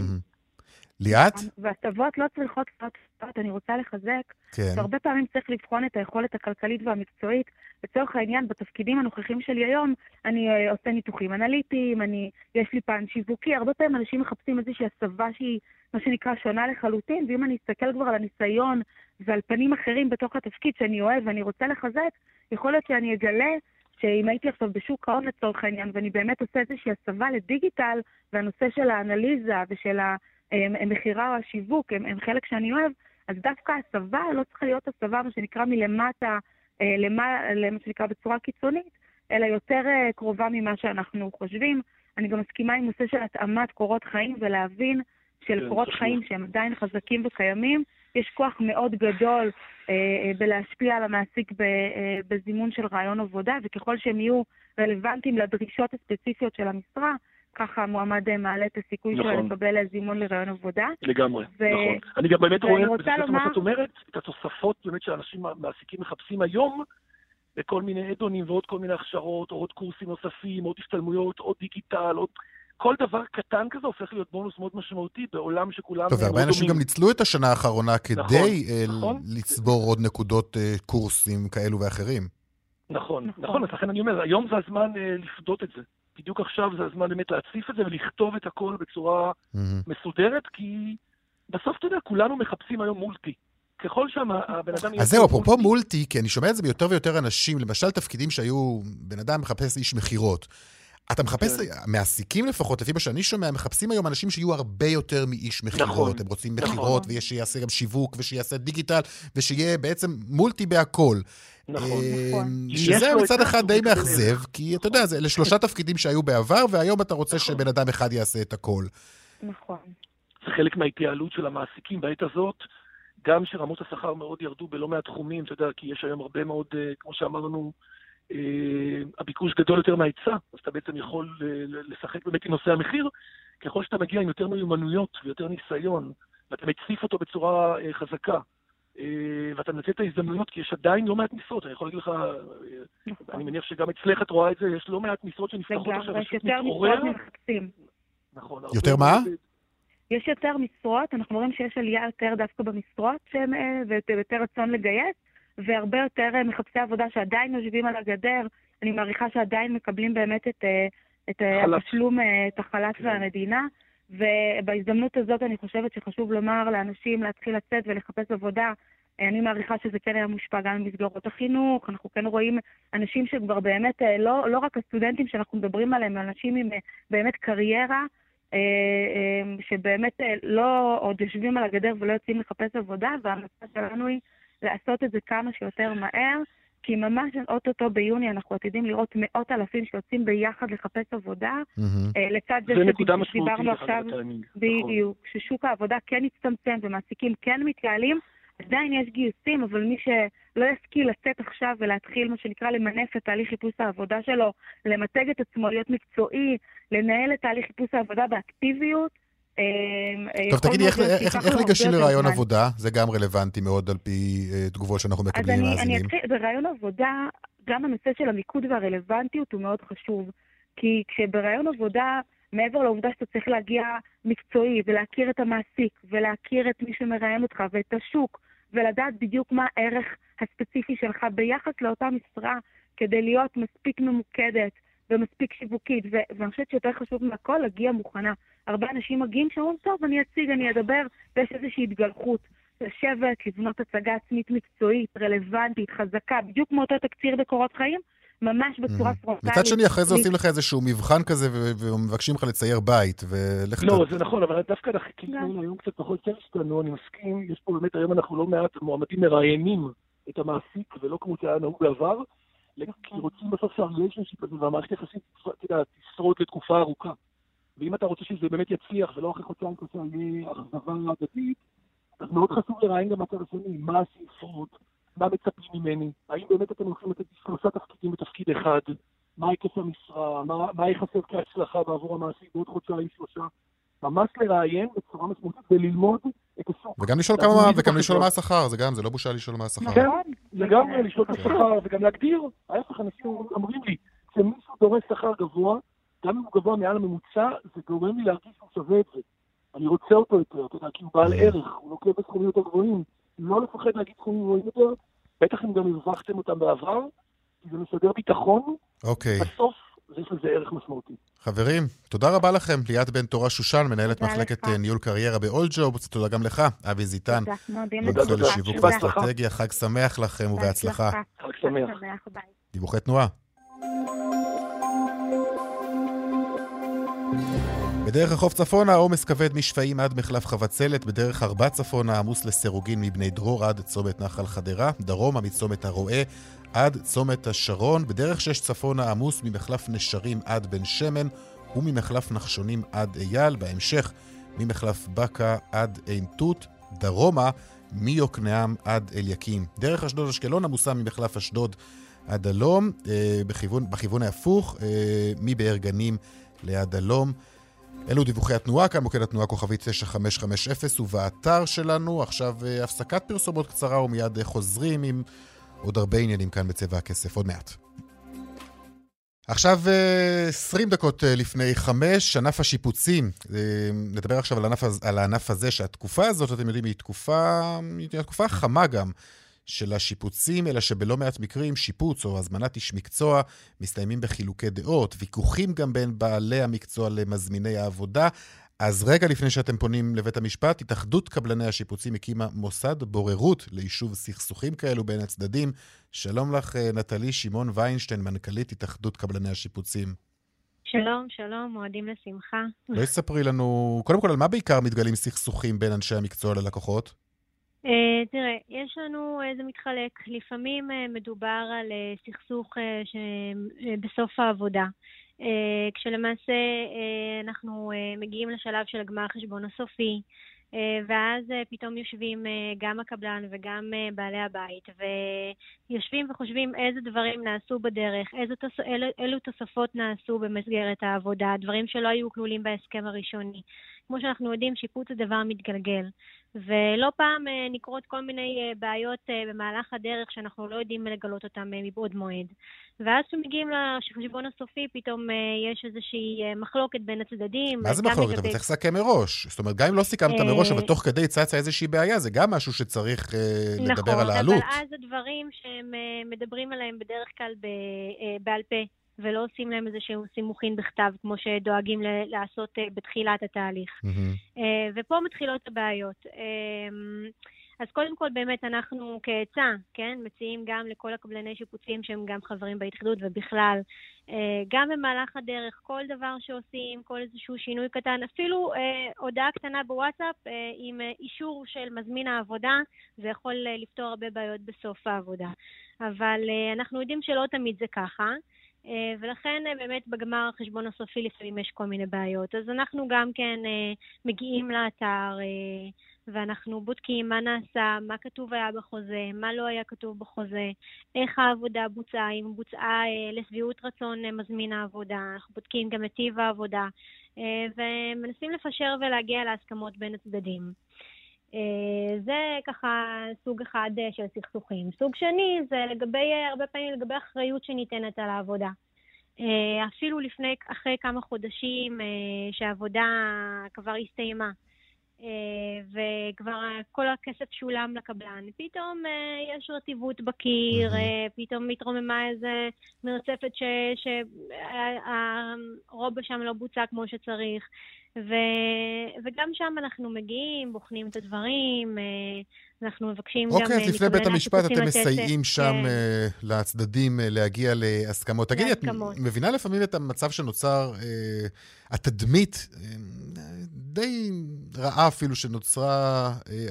ליאת? והטבות לא צריכות להיות, אני רוצה לחזק, והרבה פעמים צריך לבחון את היכולת הכלכלית והמקצועית. לצורך העניין, בתפקידים הנוכחים שלי היום, אני עושה ניתוחים אנליטיים, אני, יש לי פן שיווקי, הרבה פעמים אנשים מחפשים איזושהי הסבה שהיא, מה שנקרא, שונה לחלוטין, ואם אני אסתכל כבר על הניסיון ועל פנים אחרים בתוך התפקיד שאני אוהב ואני רוצה לחזק, יכול להיות שאני אגלה שאם הייתי עכשיו בשוק ההון לצורך העניין, ואני באמת עושה איזושהי הסבה לדיגיטל, והנושא של האנליזה ושל המחירה או השיווק, הם, הם חלק שאני אוהב, אז דווקא הסבה לא צריכה להיות הסבה, מה שנקרא מלמטה, למה, למה שנקרא בצורה קיצונית, אלא יותר קרובה ממה שאנחנו חושבים. אני גם מסכימה עם נושא של התאמת קורות חיים, ולהבין של קורות חיים שהם עדיין חזקים וקיימים, יש כוח מאוד גדול אה, בלהשפיע על המעסיק אה, בזימון של רעיון עבודה, וככל שהם יהיו רלוונטיים לדרישות הספציפיות של המשרה, ככה המועמד מעלה את הסיכוי נכון. שלו לקבל זימון לרעיון עבודה. לגמרי, ו... נכון. אני גם באמת רואה, בסופו מה שאת אומרת, את התוספות באמת שאנשים מעסיקים מחפשים היום, בכל מיני אדונים ועוד כל מיני הכשרות, עוד קורסים נוספים, עוד השתלמויות, עוד דיגיטל, עוד... כל דבר קטן כזה הופך להיות בונוס מאוד משמעותי בעולם שכולם... טוב, והרבה אנשים גם ניצלו את השנה האחרונה כדי לצבור עוד נקודות קורסים כאלו ואחרים. נכון, נכון, אז לכן אני אומר, היום זה הזמן לפדות את זה. בדיוק עכשיו זה הזמן באמת להציף את זה ולכתוב את הכל בצורה מסודרת, כי בסוף אתה יודע, כולנו מחפשים היום מולטי. ככל שהבן אדם... אז זהו, אפרופו מולטי, כי אני שומע את זה ביותר ויותר אנשים, למשל תפקידים שהיו, בן אדם מחפש איש מחירות. אתה מחפש, מעסיקים לפחות, לפי מה שאני שומע, מחפשים היום אנשים שיהיו הרבה יותר מאיש מחירות. הם רוצים מחירות, ושיעשה גם שיווק, ושיעשה דיגיטל, ושיהיה בעצם מולטי בהכל. נכון, נכון. שזה מצד אחד די מאכזב, כי אתה יודע, זה לשלושה תפקידים שהיו בעבר, והיום אתה רוצה שבן אדם אחד יעשה את הכל. נכון. זה חלק מההתייעלות של המעסיקים בעת הזאת, גם שרמות השכר מאוד ירדו בלא מעט תחומים, אתה יודע, כי יש היום הרבה מאוד, כמו שאמרנו, הביקוש גדול יותר מההיצע, אז אתה בעצם יכול לשחק באמת עם נושא המחיר, ככל שאתה מגיע עם יותר מיומנויות ויותר ניסיון, ואתה מציף אותו בצורה חזקה, ואתה מנצל את ההזדמנויות, כי יש עדיין לא מעט משרות, אני יכול להגיד לך, אני מניח שגם אצלך את רואה את זה, יש לא מעט משרות שנפתחות עכשיו, יש יותר משרות מחפשים. נכון. יותר מה? יש יותר משרות, אנחנו רואים שיש עלייה יותר דווקא במשרות, ויותר רצון לגייס, והרבה יותר מחפשי עבודה שעדיין יושבים על הגדר, אני מעריכה שעדיין מקבלים באמת את, את התשלום, את החל"ת והמדינה, ובהזדמנות הזאת אני חושבת שחשוב לומר לאנשים להתחיל לצאת ולחפש עבודה, אני מעריכה שזה כן היה מושפע גם במסגרות החינוך, אנחנו כן רואים אנשים שכבר באמת, לא, לא רק הסטודנטים שאנחנו מדברים עליהם, אנשים עם באמת קריירה, שבאמת לא עוד יושבים על הגדר ולא יוצאים לחפש עבודה, וההמלצה שלנו היא לעשות את זה כמה שיותר מהר, כי ממש אוטוטו ביוני אנחנו עתידים לראות מאות אלפים שיוצאים ביחד לחפש עבודה, לצד זה שדיברנו עכשיו בדיוק, ששוק העבודה כן יצטמצם ומעסיקים כן מתייעלים, עדיין יש גיוסים, אבל מי שלא ישכיל לצאת עכשיו ולהתחיל מה שנקרא למנף את תהליך חיפוש העבודה שלו, למתג את עצמו, להיות מקצועי, לנהל את תהליך חיפוש העבודה באקטיביות. טוב, תגידי, איך ניגשים לרעיון עבודה? זה גם רלוונטי מאוד על פי תגובות שאנחנו מקבלים מאזינים. אז אני אתחיל, ברעיון עבודה, גם הנושא של המיקוד והרלוונטיות הוא מאוד חשוב, כי כשברעיון עבודה, מעבר לעובדה שאתה צריך להגיע מקצועי ולהכיר את המעסיק ולהכיר את מי שמראיין אותך ואת השוק ולדעת בדיוק מה הערך הספציפי שלך ביחס לאותה משרה כדי להיות מספיק ממוקדת ומספיק שיווקית, ואני חושבת שיותר חשוב מהכל להגיע מוכנה. הרבה אנשים מגיעים שאומרים, טוב, אני אציג, אני אדבר, ויש איזושהי התגלחות. לשבת, לבנות הצגה עצמית מקצועית, רלוונטית, חזקה, בדיוק כמו אותו תקציר בקורות חיים, ממש בצורה פרונטלית. מצד שני, אחרי זה עושים לך איזשהו מבחן כזה, ומבקשים לך לצייר בית, ולך... לא, זה נכון, אבל דווקא כאילו היום קצת פחות שלנו, אני מסכים, יש פה באמת, היום אנחנו לא מעט מועמדים מראיינים את המעסיק, ולא כמו שהיה נהוג בעבר, כי רוצים בסוף שהריליישנשיפ הזה, והמערכת יחסית תשרוד לתקופה ארוכה. ואם אתה רוצה שזה באמת יצליח, ולא אחרי חודשיים כזה יהיה אכזבה הדדית, אז מאוד חשוב לראיין גם הצד השני, מה השאיפות, מה מצפים ממני, האם באמת אתם הולכים לתת שלושה תפקידים בתפקיד אחד, מה היקף המשרה, מה, מה יחסר כהצלחה בעבור המעסיק בעוד חודשיים שלושה, ממש לראיין בצורה משמעותית וללמוד את השוק. וגם לשאול כמה, וגם לשאול מה השכר, זה גם, זה לא בושה לשאול מה השכר. כן, וגם לשאול את השכר, וגם להגדיר, ההפך, אנשים אומרים לי, כשמישהו דורש שכר גבוה, גם אם הוא גבוה מעל הממוצע, זה גורם לי להרגיש שהוא שווה את זה. אני רוצה אותו יותר, אתה יודע, כי הוא בעל ערך, הוא לוקח בסכומים יותר גבוהים. לא לפחד להגיד סכומים גבוהים יותר, בטח אם גם הרווחתם אותם בעבר, כי זה מסדר ביטחון, אוקיי. בסוף יש לזה ערך משמעותי. חברים, תודה רבה לכם, ליאת בן תורה שושן, מנהלת מחלקת ניהול קריירה באולג'וב, תודה גם לך, אבי זיתן, מומחה לשיווק ואסטרטגיה, חג שמח לכם ובהצלחה. חג שמח. דיווחי תנועה. בדרך החוף צפונה, עומס כבד משפעים עד מחלף חבצלת, בדרך ארבע צפונה, עמוס לסירוגין מבני דרור עד צומת נחל חדרה, דרומה מצומת הרועה עד צומת השרון, בדרך שש צפונה, עמוס ממחלף נשרים עד בן שמן, וממחלף נחשונים עד אייל, בהמשך ממחלף בקה עד עין תות, דרומה מיוקנעם עד אליקים. דרך אשדוד אשקלון עמוסה ממחלף אשדוד עד הלום, בכיוון, בכיוון ההפוך, מבאר גנים ליד הלום. אלו דיווחי התנועה, כאן מוקד התנועה כוכבית תשע חמש חמש אפס, ובאתר שלנו עכשיו הפסקת פרסומות קצרה ומיד חוזרים עם עוד הרבה עניינים כאן בצבע הכסף, עוד מעט. עכשיו עשרים דקות לפני חמש, ענף השיפוצים. נדבר עכשיו על הענף, על הענף הזה, שהתקופה הזאת, אתם יודעים, היא תקופה, היא תקופה חמה גם של השיפוצים, אלא שבלא מעט מקרים שיפוץ או הזמנת איש מקצוע מסתיימים בחילוקי דעות, ויכוחים גם בין בעלי המקצוע למזמיני העבודה. אז רגע לפני שאתם פונים לבית המשפט, התאחדות קבלני השיפוצים הקימה מוסד בוררות ליישוב סכסוכים כאלו בין הצדדים. שלום לך נטלי שמעון ויינשטיין, מנכ"לית התאחדות קבלני השיפוצים. שלום, שלום, מועדים לשמחה. לא יספרי לנו, קודם כל, על מה בעיקר מתגלים סכסוכים בין אנשי המקצוע ללקוחות? Uh, תראה, יש לנו איזה מתחלק. לפעמים uh, מדובר על uh, סכסוך uh, שבסוף העבודה. Uh, כשלמעשה uh, אנחנו uh, מגיעים לשלב של הגמר חשבון הסופי, uh, ואז uh, פתאום יושבים uh, גם הקבלן וגם uh, בעלי הבית, ויושבים וחושבים איזה דברים נעשו בדרך, איזה תוס... אילו, אילו תוספות נעשו במסגרת העבודה, דברים שלא היו כלולים בהסכם הראשוני. כמו שאנחנו יודעים, שיפוץ זה דבר מתגלגל. ולא פעם נקרות כל מיני בעיות במהלך הדרך שאנחנו לא יודעים לגלות אותם מבעוד מועד. ואז כשמגיעים לחשבון הסופי, פתאום יש איזושהי מחלוקת בין הצדדים. מה זה מחלוקת? אבל צריך לסכם מראש. זאת אומרת, גם אם לא סיכמת מראש, אבל תוך כדי צצה איזושהי בעיה, זה גם משהו שצריך לדבר על העלות. נכון, אבל אז הדברים שהם מדברים עליהם בדרך כלל בעל פה, ולא עושים להם איזשהו סימוכין בכתב, כמו שדואגים לעשות בתחילת התהליך. ופה מתחילות הבעיות. אז קודם כל באמת אנחנו כעצה, כן, מציעים גם לכל הקבלני שיפוצים שהם גם חברים בהתאחדות ובכלל, גם במהלך הדרך, כל דבר שעושים, כל איזשהו שינוי קטן, אפילו אה, הודעה קטנה בוואטסאפ אה, עם אישור של מזמין העבודה, זה יכול אה, לפתור הרבה בעיות בסוף העבודה. אבל אה, אנחנו יודעים שלא תמיד זה ככה, אה, ולכן אה, באמת בגמר החשבון הסופי לפעמים יש כל מיני בעיות. אז אנחנו גם כן אה, מגיעים לאתר, אה, ואנחנו בודקים מה נעשה, מה כתוב היה בחוזה, מה לא היה כתוב בחוזה, איך העבודה בוצעה, אם בוצעה אה, לשביעות רצון אה, מזמין העבודה, אנחנו בודקים גם את טיב העבודה, אה, ומנסים לפשר ולהגיע להסכמות בין הצדדים. אה, זה ככה סוג אחד אה, של סכסוכים. סוג שני זה לגבי, אה, הרבה פעמים לגבי אחריות שניתנת על העבודה. אה, אפילו לפני, אחרי כמה חודשים אה, שהעבודה כבר הסתיימה. וכבר כל הכסף שולם לקבלן. פתאום יש רטיבות בקיר, פתאום מתרוממה איזה מרצפת שהרובה שם לא בוצע כמו שצריך. וגם שם אנחנו מגיעים, בוחנים את הדברים, אנחנו מבקשים גם... אוקיי, אז לפני בית המשפט אתם מסייעים שם לצדדים להגיע להסכמות. תגידי, את מבינה לפעמים את המצב שנוצר, התדמית די רעה אפילו שנוצרה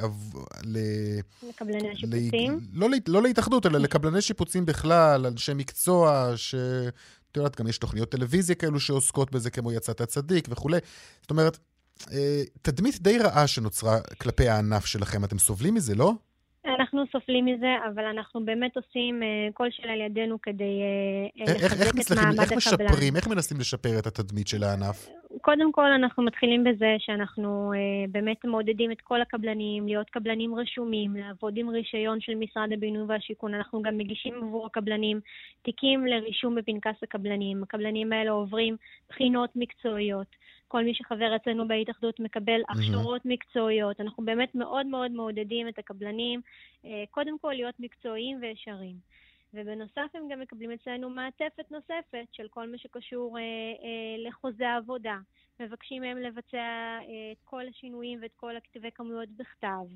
לקבלני השיפוצים? לא להתאחדות, אלא לקבלני שיפוצים בכלל, אנשי מקצוע ש... את יודעת, גם יש תוכניות טלוויזיה כאלו שעוסקות בזה, כמו יצאת הצדיק וכולי. זאת אומרת, תדמית די רעה שנוצרה כלפי הענף שלכם. אתם סובלים מזה, לא? אנחנו סובלים מזה, אבל אנחנו באמת עושים כל שלאל ידינו כדי לחזק את מעמד הקבלן. איך משפרים, איך מנסים לשפר את התדמית של הענף? קודם כל אנחנו מתחילים בזה שאנחנו באמת מעודדים את כל הקבלנים, להיות קבלנים רשומים, לעבוד עם רישיון של משרד הבינוי והשיכון. אנחנו גם מגישים עבור הקבלנים תיקים לרישום בפנקס הקבלנים. הקבלנים האלה עוברים בחינות מקצועיות. כל מי שחבר אצלנו בהתאחדות מקבל הכשרות מקצועיות. אנחנו באמת מאוד מאוד מעודדים את הקבלנים, קודם כל להיות מקצועיים וישרים. ובנוסף הם גם מקבלים אצלנו מעטפת נוספת של כל מה שקשור אה, אה, לחוזה העבודה. מבקשים מהם לבצע אה, את כל השינויים ואת כל הכתבי כמויות בכתב.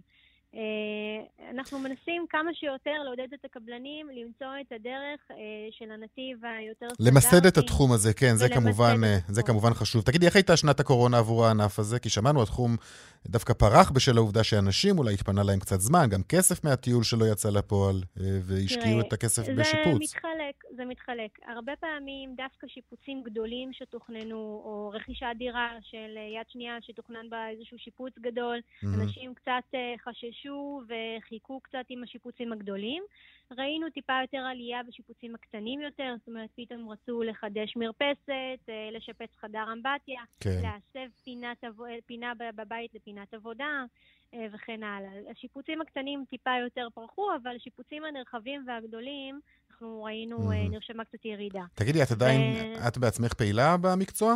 אה, אנחנו מנסים כמה שיותר לעודד את הקבלנים למצוא את הדרך אה, של הנתיב היותר סטנדרטי. למסד את התחום הזה, כן, זה כמובן, זה כמובן חשוב. תגידי, איך הייתה שנת הקורונה עבור הענף הזה? כי שמענו, התחום דווקא פרח בשל העובדה שאנשים אולי התפנה להם קצת זמן, גם כסף מהטיול שלא יצא לפועל, והשקיעו את הכסף זה בשיפוץ. זה מתחלק, זה מתחלק. הרבה פעמים דווקא שיפוצים גדולים שתוכננו, או רכישת דירה של יד שנייה שתוכנן בה איזשהו שיפוץ גדול, אנשים קצת חששו וחיכו קצת עם השיפוצים הגדולים. ראינו טיפה יותר עלייה בשיפוצים הקטנים יותר, זאת אומרת, פתאום רצו לחדש מרפסת, לשפץ חדר אמבטיה, כן. להסב פינת, פינה בבית לפינת עבודה, וכן הלאה. השיפוצים הקטנים טיפה יותר פרחו, אבל השיפוצים הנרחבים והגדולים, אנחנו ראינו, mm-hmm. נרשמה קצת ירידה. תגידי, את עדיין, ו... את בעצמך פעילה במקצוע?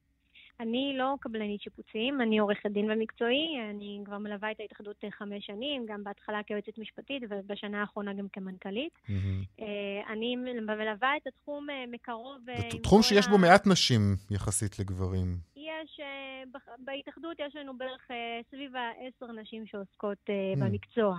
אני לא קבלנית שיפוצים, אני עורכת דין במקצועי, אני כבר מלווה את ההתאחדות חמש שנים, גם בהתחלה כיועצת משפטית ובשנה האחרונה גם כמנכ"לית. Mm-hmm. אני מלווה את התחום מקרוב. תחום שיש בו מעט נשים יחסית לגברים. יש, בהתאחדות יש לנו בערך סביב עשר נשים שעוסקות mm-hmm. במקצוע.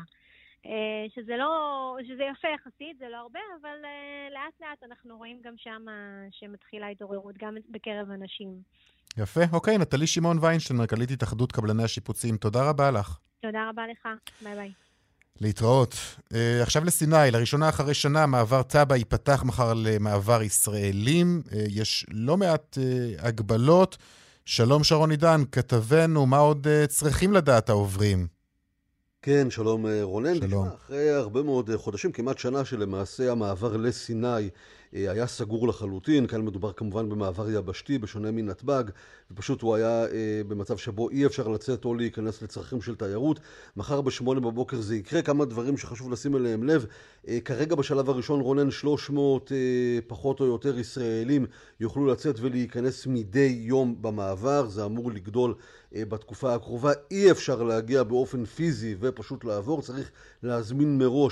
שזה לא, שזה יפה יחסית, זה לא הרבה, אבל לאט לאט אנחנו רואים גם שם שמתחילה התעוררות, גם בקרב הנשים. יפה, אוקיי, נטלי שמעון ויינשטיין, מנכ"לית התאחדות קבלני השיפוצים, תודה רבה לך. תודה רבה לך, ביי ביי. להתראות. Uh, עכשיו לסיני, לראשונה אחרי שנה, מעבר טאבה ייפתח מחר למעבר ישראלים, uh, יש לא מעט uh, הגבלות. שלום שרון עידן, כתבנו, מה עוד uh, צריכים לדעת העוברים? כן, שלום רונן. שלום. אחרי הרבה מאוד חודשים, כמעט שנה שלמעשה המעבר לסיני היה סגור לחלוטין, כאן מדובר כמובן במעבר יבשתי, בשונה מנתב"ג, ופשוט הוא היה במצב שבו אי אפשר לצאת או להיכנס לצרכים של תיירות. מחר בשמונה בבוקר זה יקרה, כמה דברים שחשוב לשים אליהם לב. כרגע בשלב הראשון, רונן, שלוש מאות פחות או יותר ישראלים יוכלו לצאת ולהיכנס מדי יום במעבר, זה אמור לגדול בתקופה הקרובה. אי אפשר להגיע באופן פיזי ופשוט לעבור, צריך להזמין מראש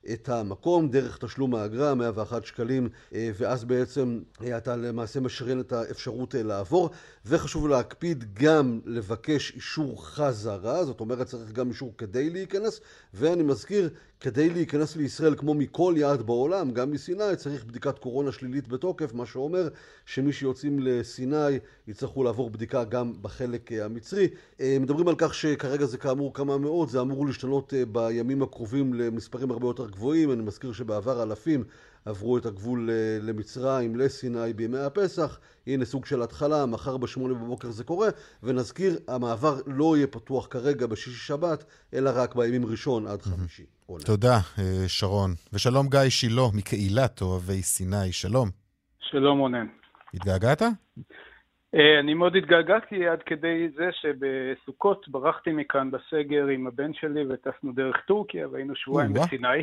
את המקום דרך תשלום האגרה, מאה ואחד שקלים, ואז בעצם אתה למעשה משרין את האפשרות לעבור, וחשוב להקפיד גם לבקש אישור חזרה, זאת אומרת צריך גם אישור כדי להיכנס, ואני מזכיר, כדי להיכנס לישראל כמו מכל יעד בעולם, גם מסיני, צריך בדיקת קורונה שלילית בתוקף, מה שאומר שמי שיוצאים לסיני יצטרכו לעבור בדיקה גם בחלק המצרי. מדברים על כך שכרגע זה כאמור כמה מאות, זה אמור להשתנות בימים הקרובים למספרים הרבה יותר גבוהים. אני מזכיר שבעבר אלפים עברו את הגבול למצרים, לסיני בימי הפסח. הנה סוג של התחלה, מחר בשמונה בבוקר זה קורה, ונזכיר, המעבר לא יהיה פתוח כרגע בשישי שבת, אלא רק בימים ראשון עד חמישי. תודה, שרון. ושלום גיא שילה, מקהילת אוהבי סיני. שלום. שלום רונן. התגעגעת? אני מאוד התגעגעתי עד כדי זה שבסוכות ברחתי מכאן בסגר עם הבן שלי וטסנו דרך טורקיה והיינו שבועיים בסיני.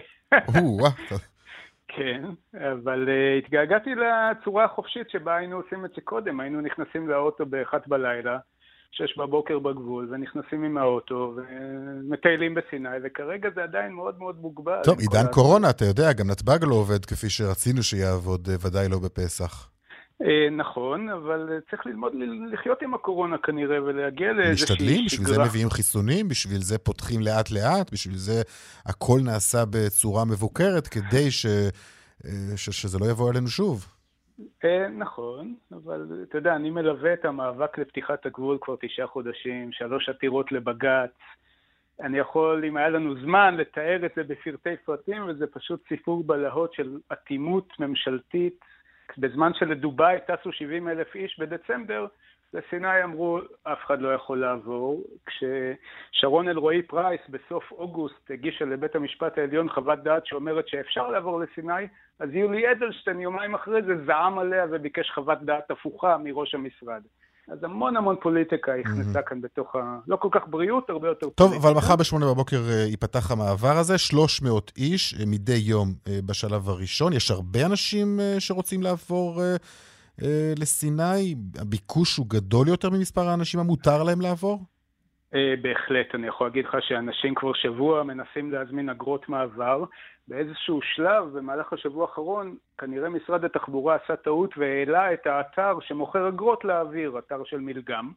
כן, אבל uh, התגעגעתי לצורה החופשית שבה היינו עושים את זה קודם. היינו נכנסים לאוטו באחת בלילה, שש בבוקר בגבול, ונכנסים עם האוטו ומטיילים בסיני, וכרגע זה עדיין מאוד מאוד מוגבל. טוב, עידן קורונה, אתה יודע, גם נתב"ג לא עובד כפי שרצינו שיעבוד, ודאי לא בפסח. נכון, אבל צריך ללמוד לחיות עם הקורונה כנראה, ולהגיע לאיזושהי שגרה. משתדלים, בשביל זה מביאים חיסונים, בשביל זה פותחים לאט לאט, בשביל זה הכל נעשה בצורה מבוקרת, כדי ש... ש... שזה לא יבוא אלינו שוב. נכון, אבל אתה יודע, אני מלווה את המאבק לפתיחת הגבול כבר תשעה חודשים, שלוש עתירות לבג"ץ. אני יכול, אם היה לנו זמן, לתאר את זה בפרטי פרטים, וזה פשוט סיפור בלהות של אטימות ממשלתית. בזמן שלדובאי טסו שבעים אלף איש בדצמבר, לסיני אמרו, אף אחד לא יכול לעבור. כששרון אלרועי פרייס בסוף אוגוסט הגישה לבית המשפט העליון חוות דעת שאומרת שאפשר לעבור לסיני, אז יולי אדלשטיין יומיים אחרי זה זעם עליה וביקש חוות דעת הפוכה מראש המשרד. אז המון המון פוליטיקה הכנסה כאן בתוך ה... לא כל כך בריאות, הרבה יותר פוליטיקה. טוב, אבל מחר בשמונה בבוקר ייפתח המעבר הזה, שלוש מאות איש מדי יום בשלב הראשון. יש הרבה אנשים שרוצים לעבור לסיני. הביקוש הוא גדול יותר ממספר האנשים המותר להם לעבור? בהחלט, אני יכול להגיד לך שאנשים כבר שבוע מנסים להזמין אגרות מעבר. באיזשהו שלב, במהלך השבוע האחרון, כנראה משרד התחבורה עשה טעות והעלה את האתר שמוכר אגרות לאוויר, אתר של מלגם.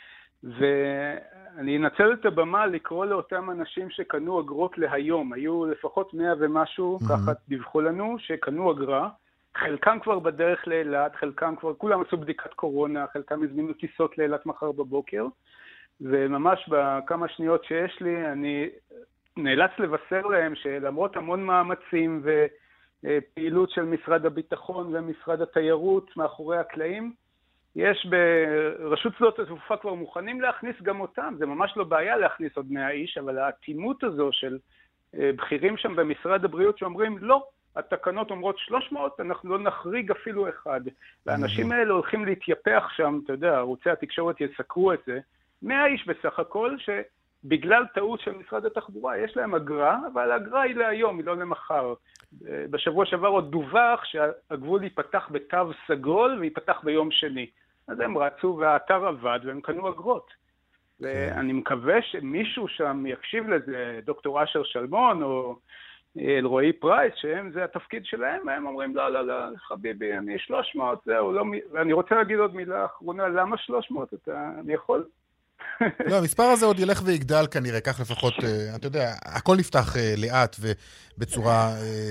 ואני אנצל את הבמה לקרוא לאותם אנשים שקנו אגרות להיום. היו לפחות מאה ומשהו, mm-hmm. ככה דיווחו לנו, שקנו אגרה. חלקם כבר בדרך לאילת, חלקם כבר, כולם עשו בדיקת קורונה, חלקם הזמינו טיסות לאילת מחר בבוקר. וממש בכמה שניות שיש לי, אני נאלץ לבשר להם שלמרות המון מאמצים ופעילות של משרד הביטחון ומשרד התיירות מאחורי הקלעים, יש ברשות שדות התעופה כבר מוכנים להכניס גם אותם. זה ממש לא בעיה להכניס עוד מאה איש, אבל האטימות הזו של בכירים שם במשרד הבריאות שאומרים, לא, התקנות אומרות שלוש מאות, אנחנו לא נחריג אפילו אחד. והאנשים האלה הולכים להתייפח שם, אתה יודע, ערוצי התקשורת יסקרו את זה, מאה איש בסך הכל, שבגלל טעות של משרד התחבורה יש להם אגרה, אבל האגרה היא להיום, היא לא למחר. בשבוע שעבר עוד דווח שהגבול ייפתח בתו סגול, וייפתח ביום שני. אז הם רצו והאתר עבד, והם קנו אגרות. ואני מקווה שמישהו שם יקשיב לזה, דוקטור אשר שלמון, או אלרועי פרייס, שהם, זה התפקיד שלהם, והם אומרים, לא, לא, לא, חביבי, אני שלוש מאות, זהו, לא... ואני רוצה להגיד עוד מילה אחרונה, למה שלוש מאות? אתה, אני יכול... לא, המספר הזה עוד ילך ויגדל כנראה, כך לפחות, אתה יודע, הכל נפתח לאט ובצורה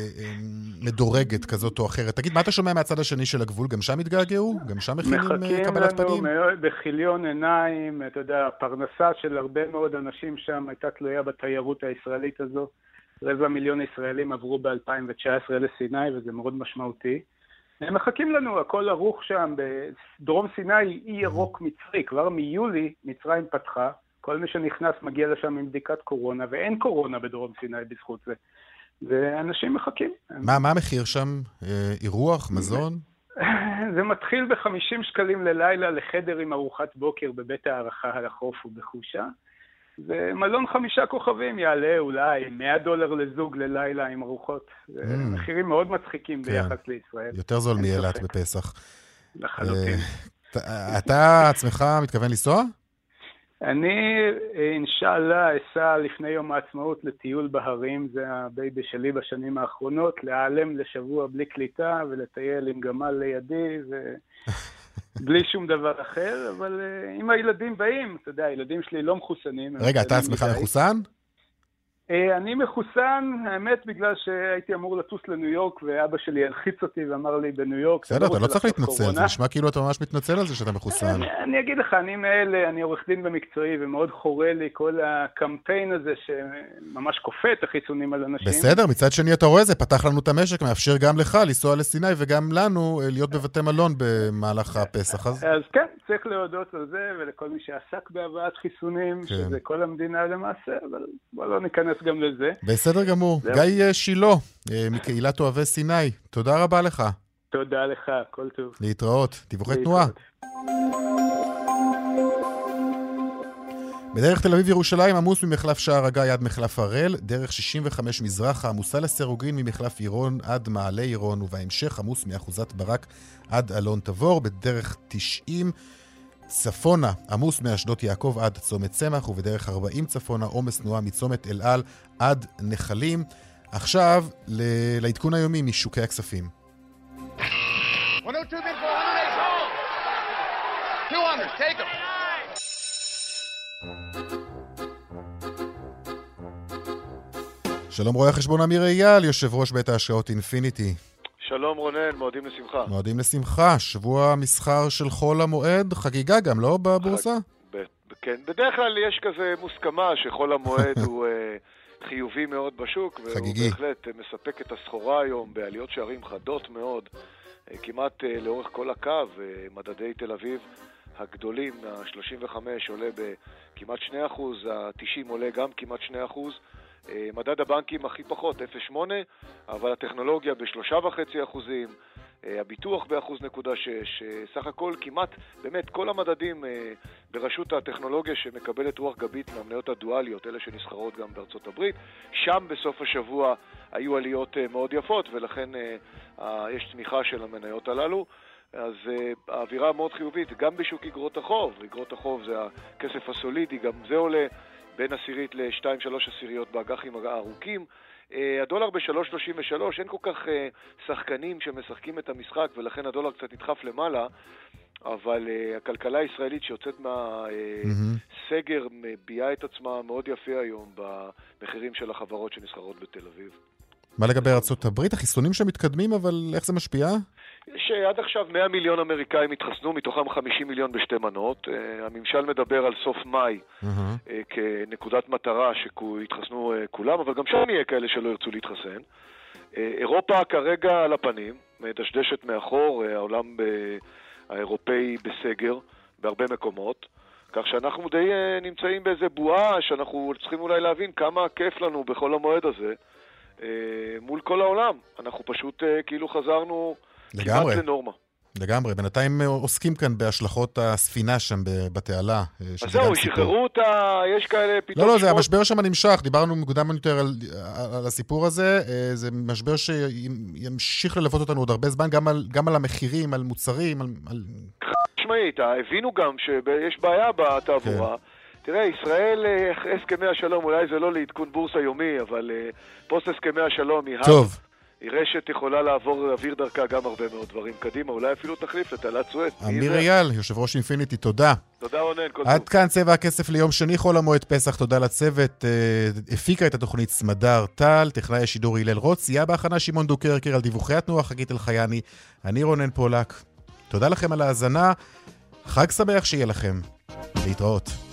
מדורגת כזאת או אחרת. תגיד, מה אתה שומע מהצד השני של הגבול? גם שם התגעגעו? גם שם מכינים קבלת פנים? מחכים לנו בחיליון עיניים, אתה יודע, הפרנסה של הרבה מאוד אנשים שם הייתה תלויה בתיירות הישראלית הזו. רבע מיליון ישראלים עברו ב-אלפיים תשע עשרה לסיני, וזה מאוד משמעותי. הם מחכים לנו, הכל ערוך שם, בדרום סיני אי ירוק מצרי, כבר מיולי מצרים פתחה, כל מי שנכנס מגיע לשם עם בדיקת קורונה, ואין קורונה בדרום סיני בזכות זה. ואנשים מחכים. מה, מה המחיר שם? אירוח, מזון? זה מתחיל ב-חמישים שקלים ללילה לחדר עם ארוחת בוקר בבית הערכה על החוף ובחושה. ומלון חמישה כוכבים יעלה אולי מאה דולר לזוג ללילה עם ארוחות. זה מחירים מאוד מצחיקים ביחס לישראל. יותר זול מאילת בפסח. לחלוטין. אתה עצמך מתכוון לנסוע? אני, אינשאללה, אסע לפני יום העצמאות לטיול בהרים, זה הבייבי שלי בשנים האחרונות, להיעלם לשבוע בלי קליטה ולטייל עם גמל לידי ובלי שום דבר אחר, אבל אם הילדים באים, אתה יודע, הילדים שלי לא מחוסנים. רגע, אתה עצמך מחוסן? אני מחוסן, האמת, בגלל שהייתי אמור לטוס לניו יורק, ואבא שלי הלחיץ אותי ואמר לי בניו יורק. בסדר, אתה לא צריך להתנצל, זה נשמע כאילו אתה ממש מתנצל על זה שאתה מחוסן. אני אגיד לך, אני מאלה, אני עורך דין במקצועי, ומאוד חורה לי כל הקמפיין הזה שממש כופה את החיסונים על אנשים. בסדר, מצד שני אתה רואה, זה פתח לנו את המשק, מאפשר גם לך לנסוע לסיני, וגם לנו להיות בבתי מלון במהלך הפסח. אז כן, צריך להודות על זה, ולכל מי שעסק בהבאת חיסונים, שזה כל המדינה למעשה, אבל בוא לא ניכנס גם לזה. בסדר גמור. גיא שילה, מקהילת אוהבי סיני, תודה רבה לך. תודה לך, כל טוב. להתראות, דיווחי תנועה. בדרך תל אביב ירושלים עמוס ממחלף שער הגיא עד מחלף הראל, דרך שישים וחמש מזרחה עמוסה לסירוגין ממחלף עירון עד מעלה עירון, ובהמשך עמוס מאחוזת ברק עד אלון תבור, בדרך תשעים צפונה עמוס מאשדות יעקב עד צומת צמח, ובדרך ארבעים צפונה עומס תנועה מצומת אל על עד נחלים. עכשיו ל- לעדכון היומי משוקי הכספים. שלום רואה חשבון אמיר אייל, יושב ראש בית ההשקעות אינפיניטי. שלום רונן, מועדים לשמחה. מועדים לשמחה, שבוע מסחר של חול המועד, חגיגה גם, לא בבורסה? חג... ב- כן, בדרך כלל יש כזה מוסכמה שחול המועד הוא uh, חיובי מאוד בשוק, חגיגי. והוא בהחלט uh, מספק את הסחורה היום בעליות שערים חדות מאוד, uh, כמעט uh, לאורך כל הקו, uh, מדדי תל אביב הגדולים, ה-שלושים וחמש עולה בכמעט שני אחוז, ה-תשעים עולה גם כמעט שני אחוז, מדד הבנקים הכי פחות, אפס נקודה שמונה, אבל הטכנולוגיה בשלושה וחצי אחוזים, הביטוח באחוז נקודה שש, סך הכל כמעט, באמת, כל המדדים ברשות הטכנולוגיה שמקבלת רוח גבית מהמניות הדואליות, אלה שנסחרות גם בארצות הברית, שם בסוף השבוע היו עליות מאוד יפות, ולכן יש צמיחה של המניות הללו. אז uh, האווירה מאוד חיובית, גם בשוק אגרות החוב, אגרות החוב זה הכסף הסולידי, גם זה עולה בין עשירית ל-שתיים שלוש עשיריות באג"חים הארוכים. Uh, הדולר ב-שלוש שלושים ושלוש, אין כל כך uh, שחקנים שמשחקים את המשחק, ולכן הדולר קצת נדחף למעלה, אבל uh, הכלכלה הישראלית שיוצאת מהסגר uh, מביאה את עצמה מאוד יפה היום במחירים של החברות שנסחרות בתל אביב. מה לגבי ארצות הברית? החיסונים שמתקדמים, אבל איך זה משפיע? יש עד עכשיו מאה מיליון אמריקאים התחסנו, מתוכם חמישים מיליון בשתי מנות. הממשל מדבר על סוף מאי uh-huh. כנקודת מטרה שיתחסנו כולם, אבל גם שם יהיה כאלה שלא ירצו להתחסן. אירופה כרגע על הפנים, מדשדשת מאחור, העולם האירופאי בסגר בהרבה מקומות, כך שאנחנו די נמצאים באיזה בועה שאנחנו צריכים אולי להבין כמה כיף לנו בכל המועד הזה מול כל העולם. אנחנו פשוט כאילו חזרנו לגמרי. כמעט לנורמה. לגמרי. בינתיים עוסקים כאן בהשלכות הספינה שם בתעלה. אז זהו, שחררו אותה, יש כאלה פתאום... לא, לא, זה המשבר שם נמשך. דיברנו מוקדם יותר על, על הסיפור הזה. זה משבר שימשיך ללוות אותנו עוד הרבה זמן, גם על, גם על המחירים, על מוצרים, על... על... שמעית, הבינו גם שיש בעיה בתעבורה. כן. תראה, ישראל, הסכמי השלום, אולי זה לא לעדכון בורסה יומי, אבל פוסט הסכמי השלום היא... טוב. היא רשת יכולה לעבור, להעביר דרכה גם הרבה מאוד דברים קדימה, אולי אפילו תחליף לתעלת סואץ. אמיר אייל, יושב ראש אינפיניטי, תודה. תודה רונן, כל עד כאן צבע הכסף ליום שני, חול המועד פסח, תודה לצוות. הפיקה את התוכנית סמדר טל, טכנאי השידור הלל רוץ, סייע בהכנה שמעון דוקרקר על דיווחי התנועה, חגית אלחייני, אני רונן פולק. תודה לכם על ההאזנה, חג שמח שיהיה לכם, להתראות.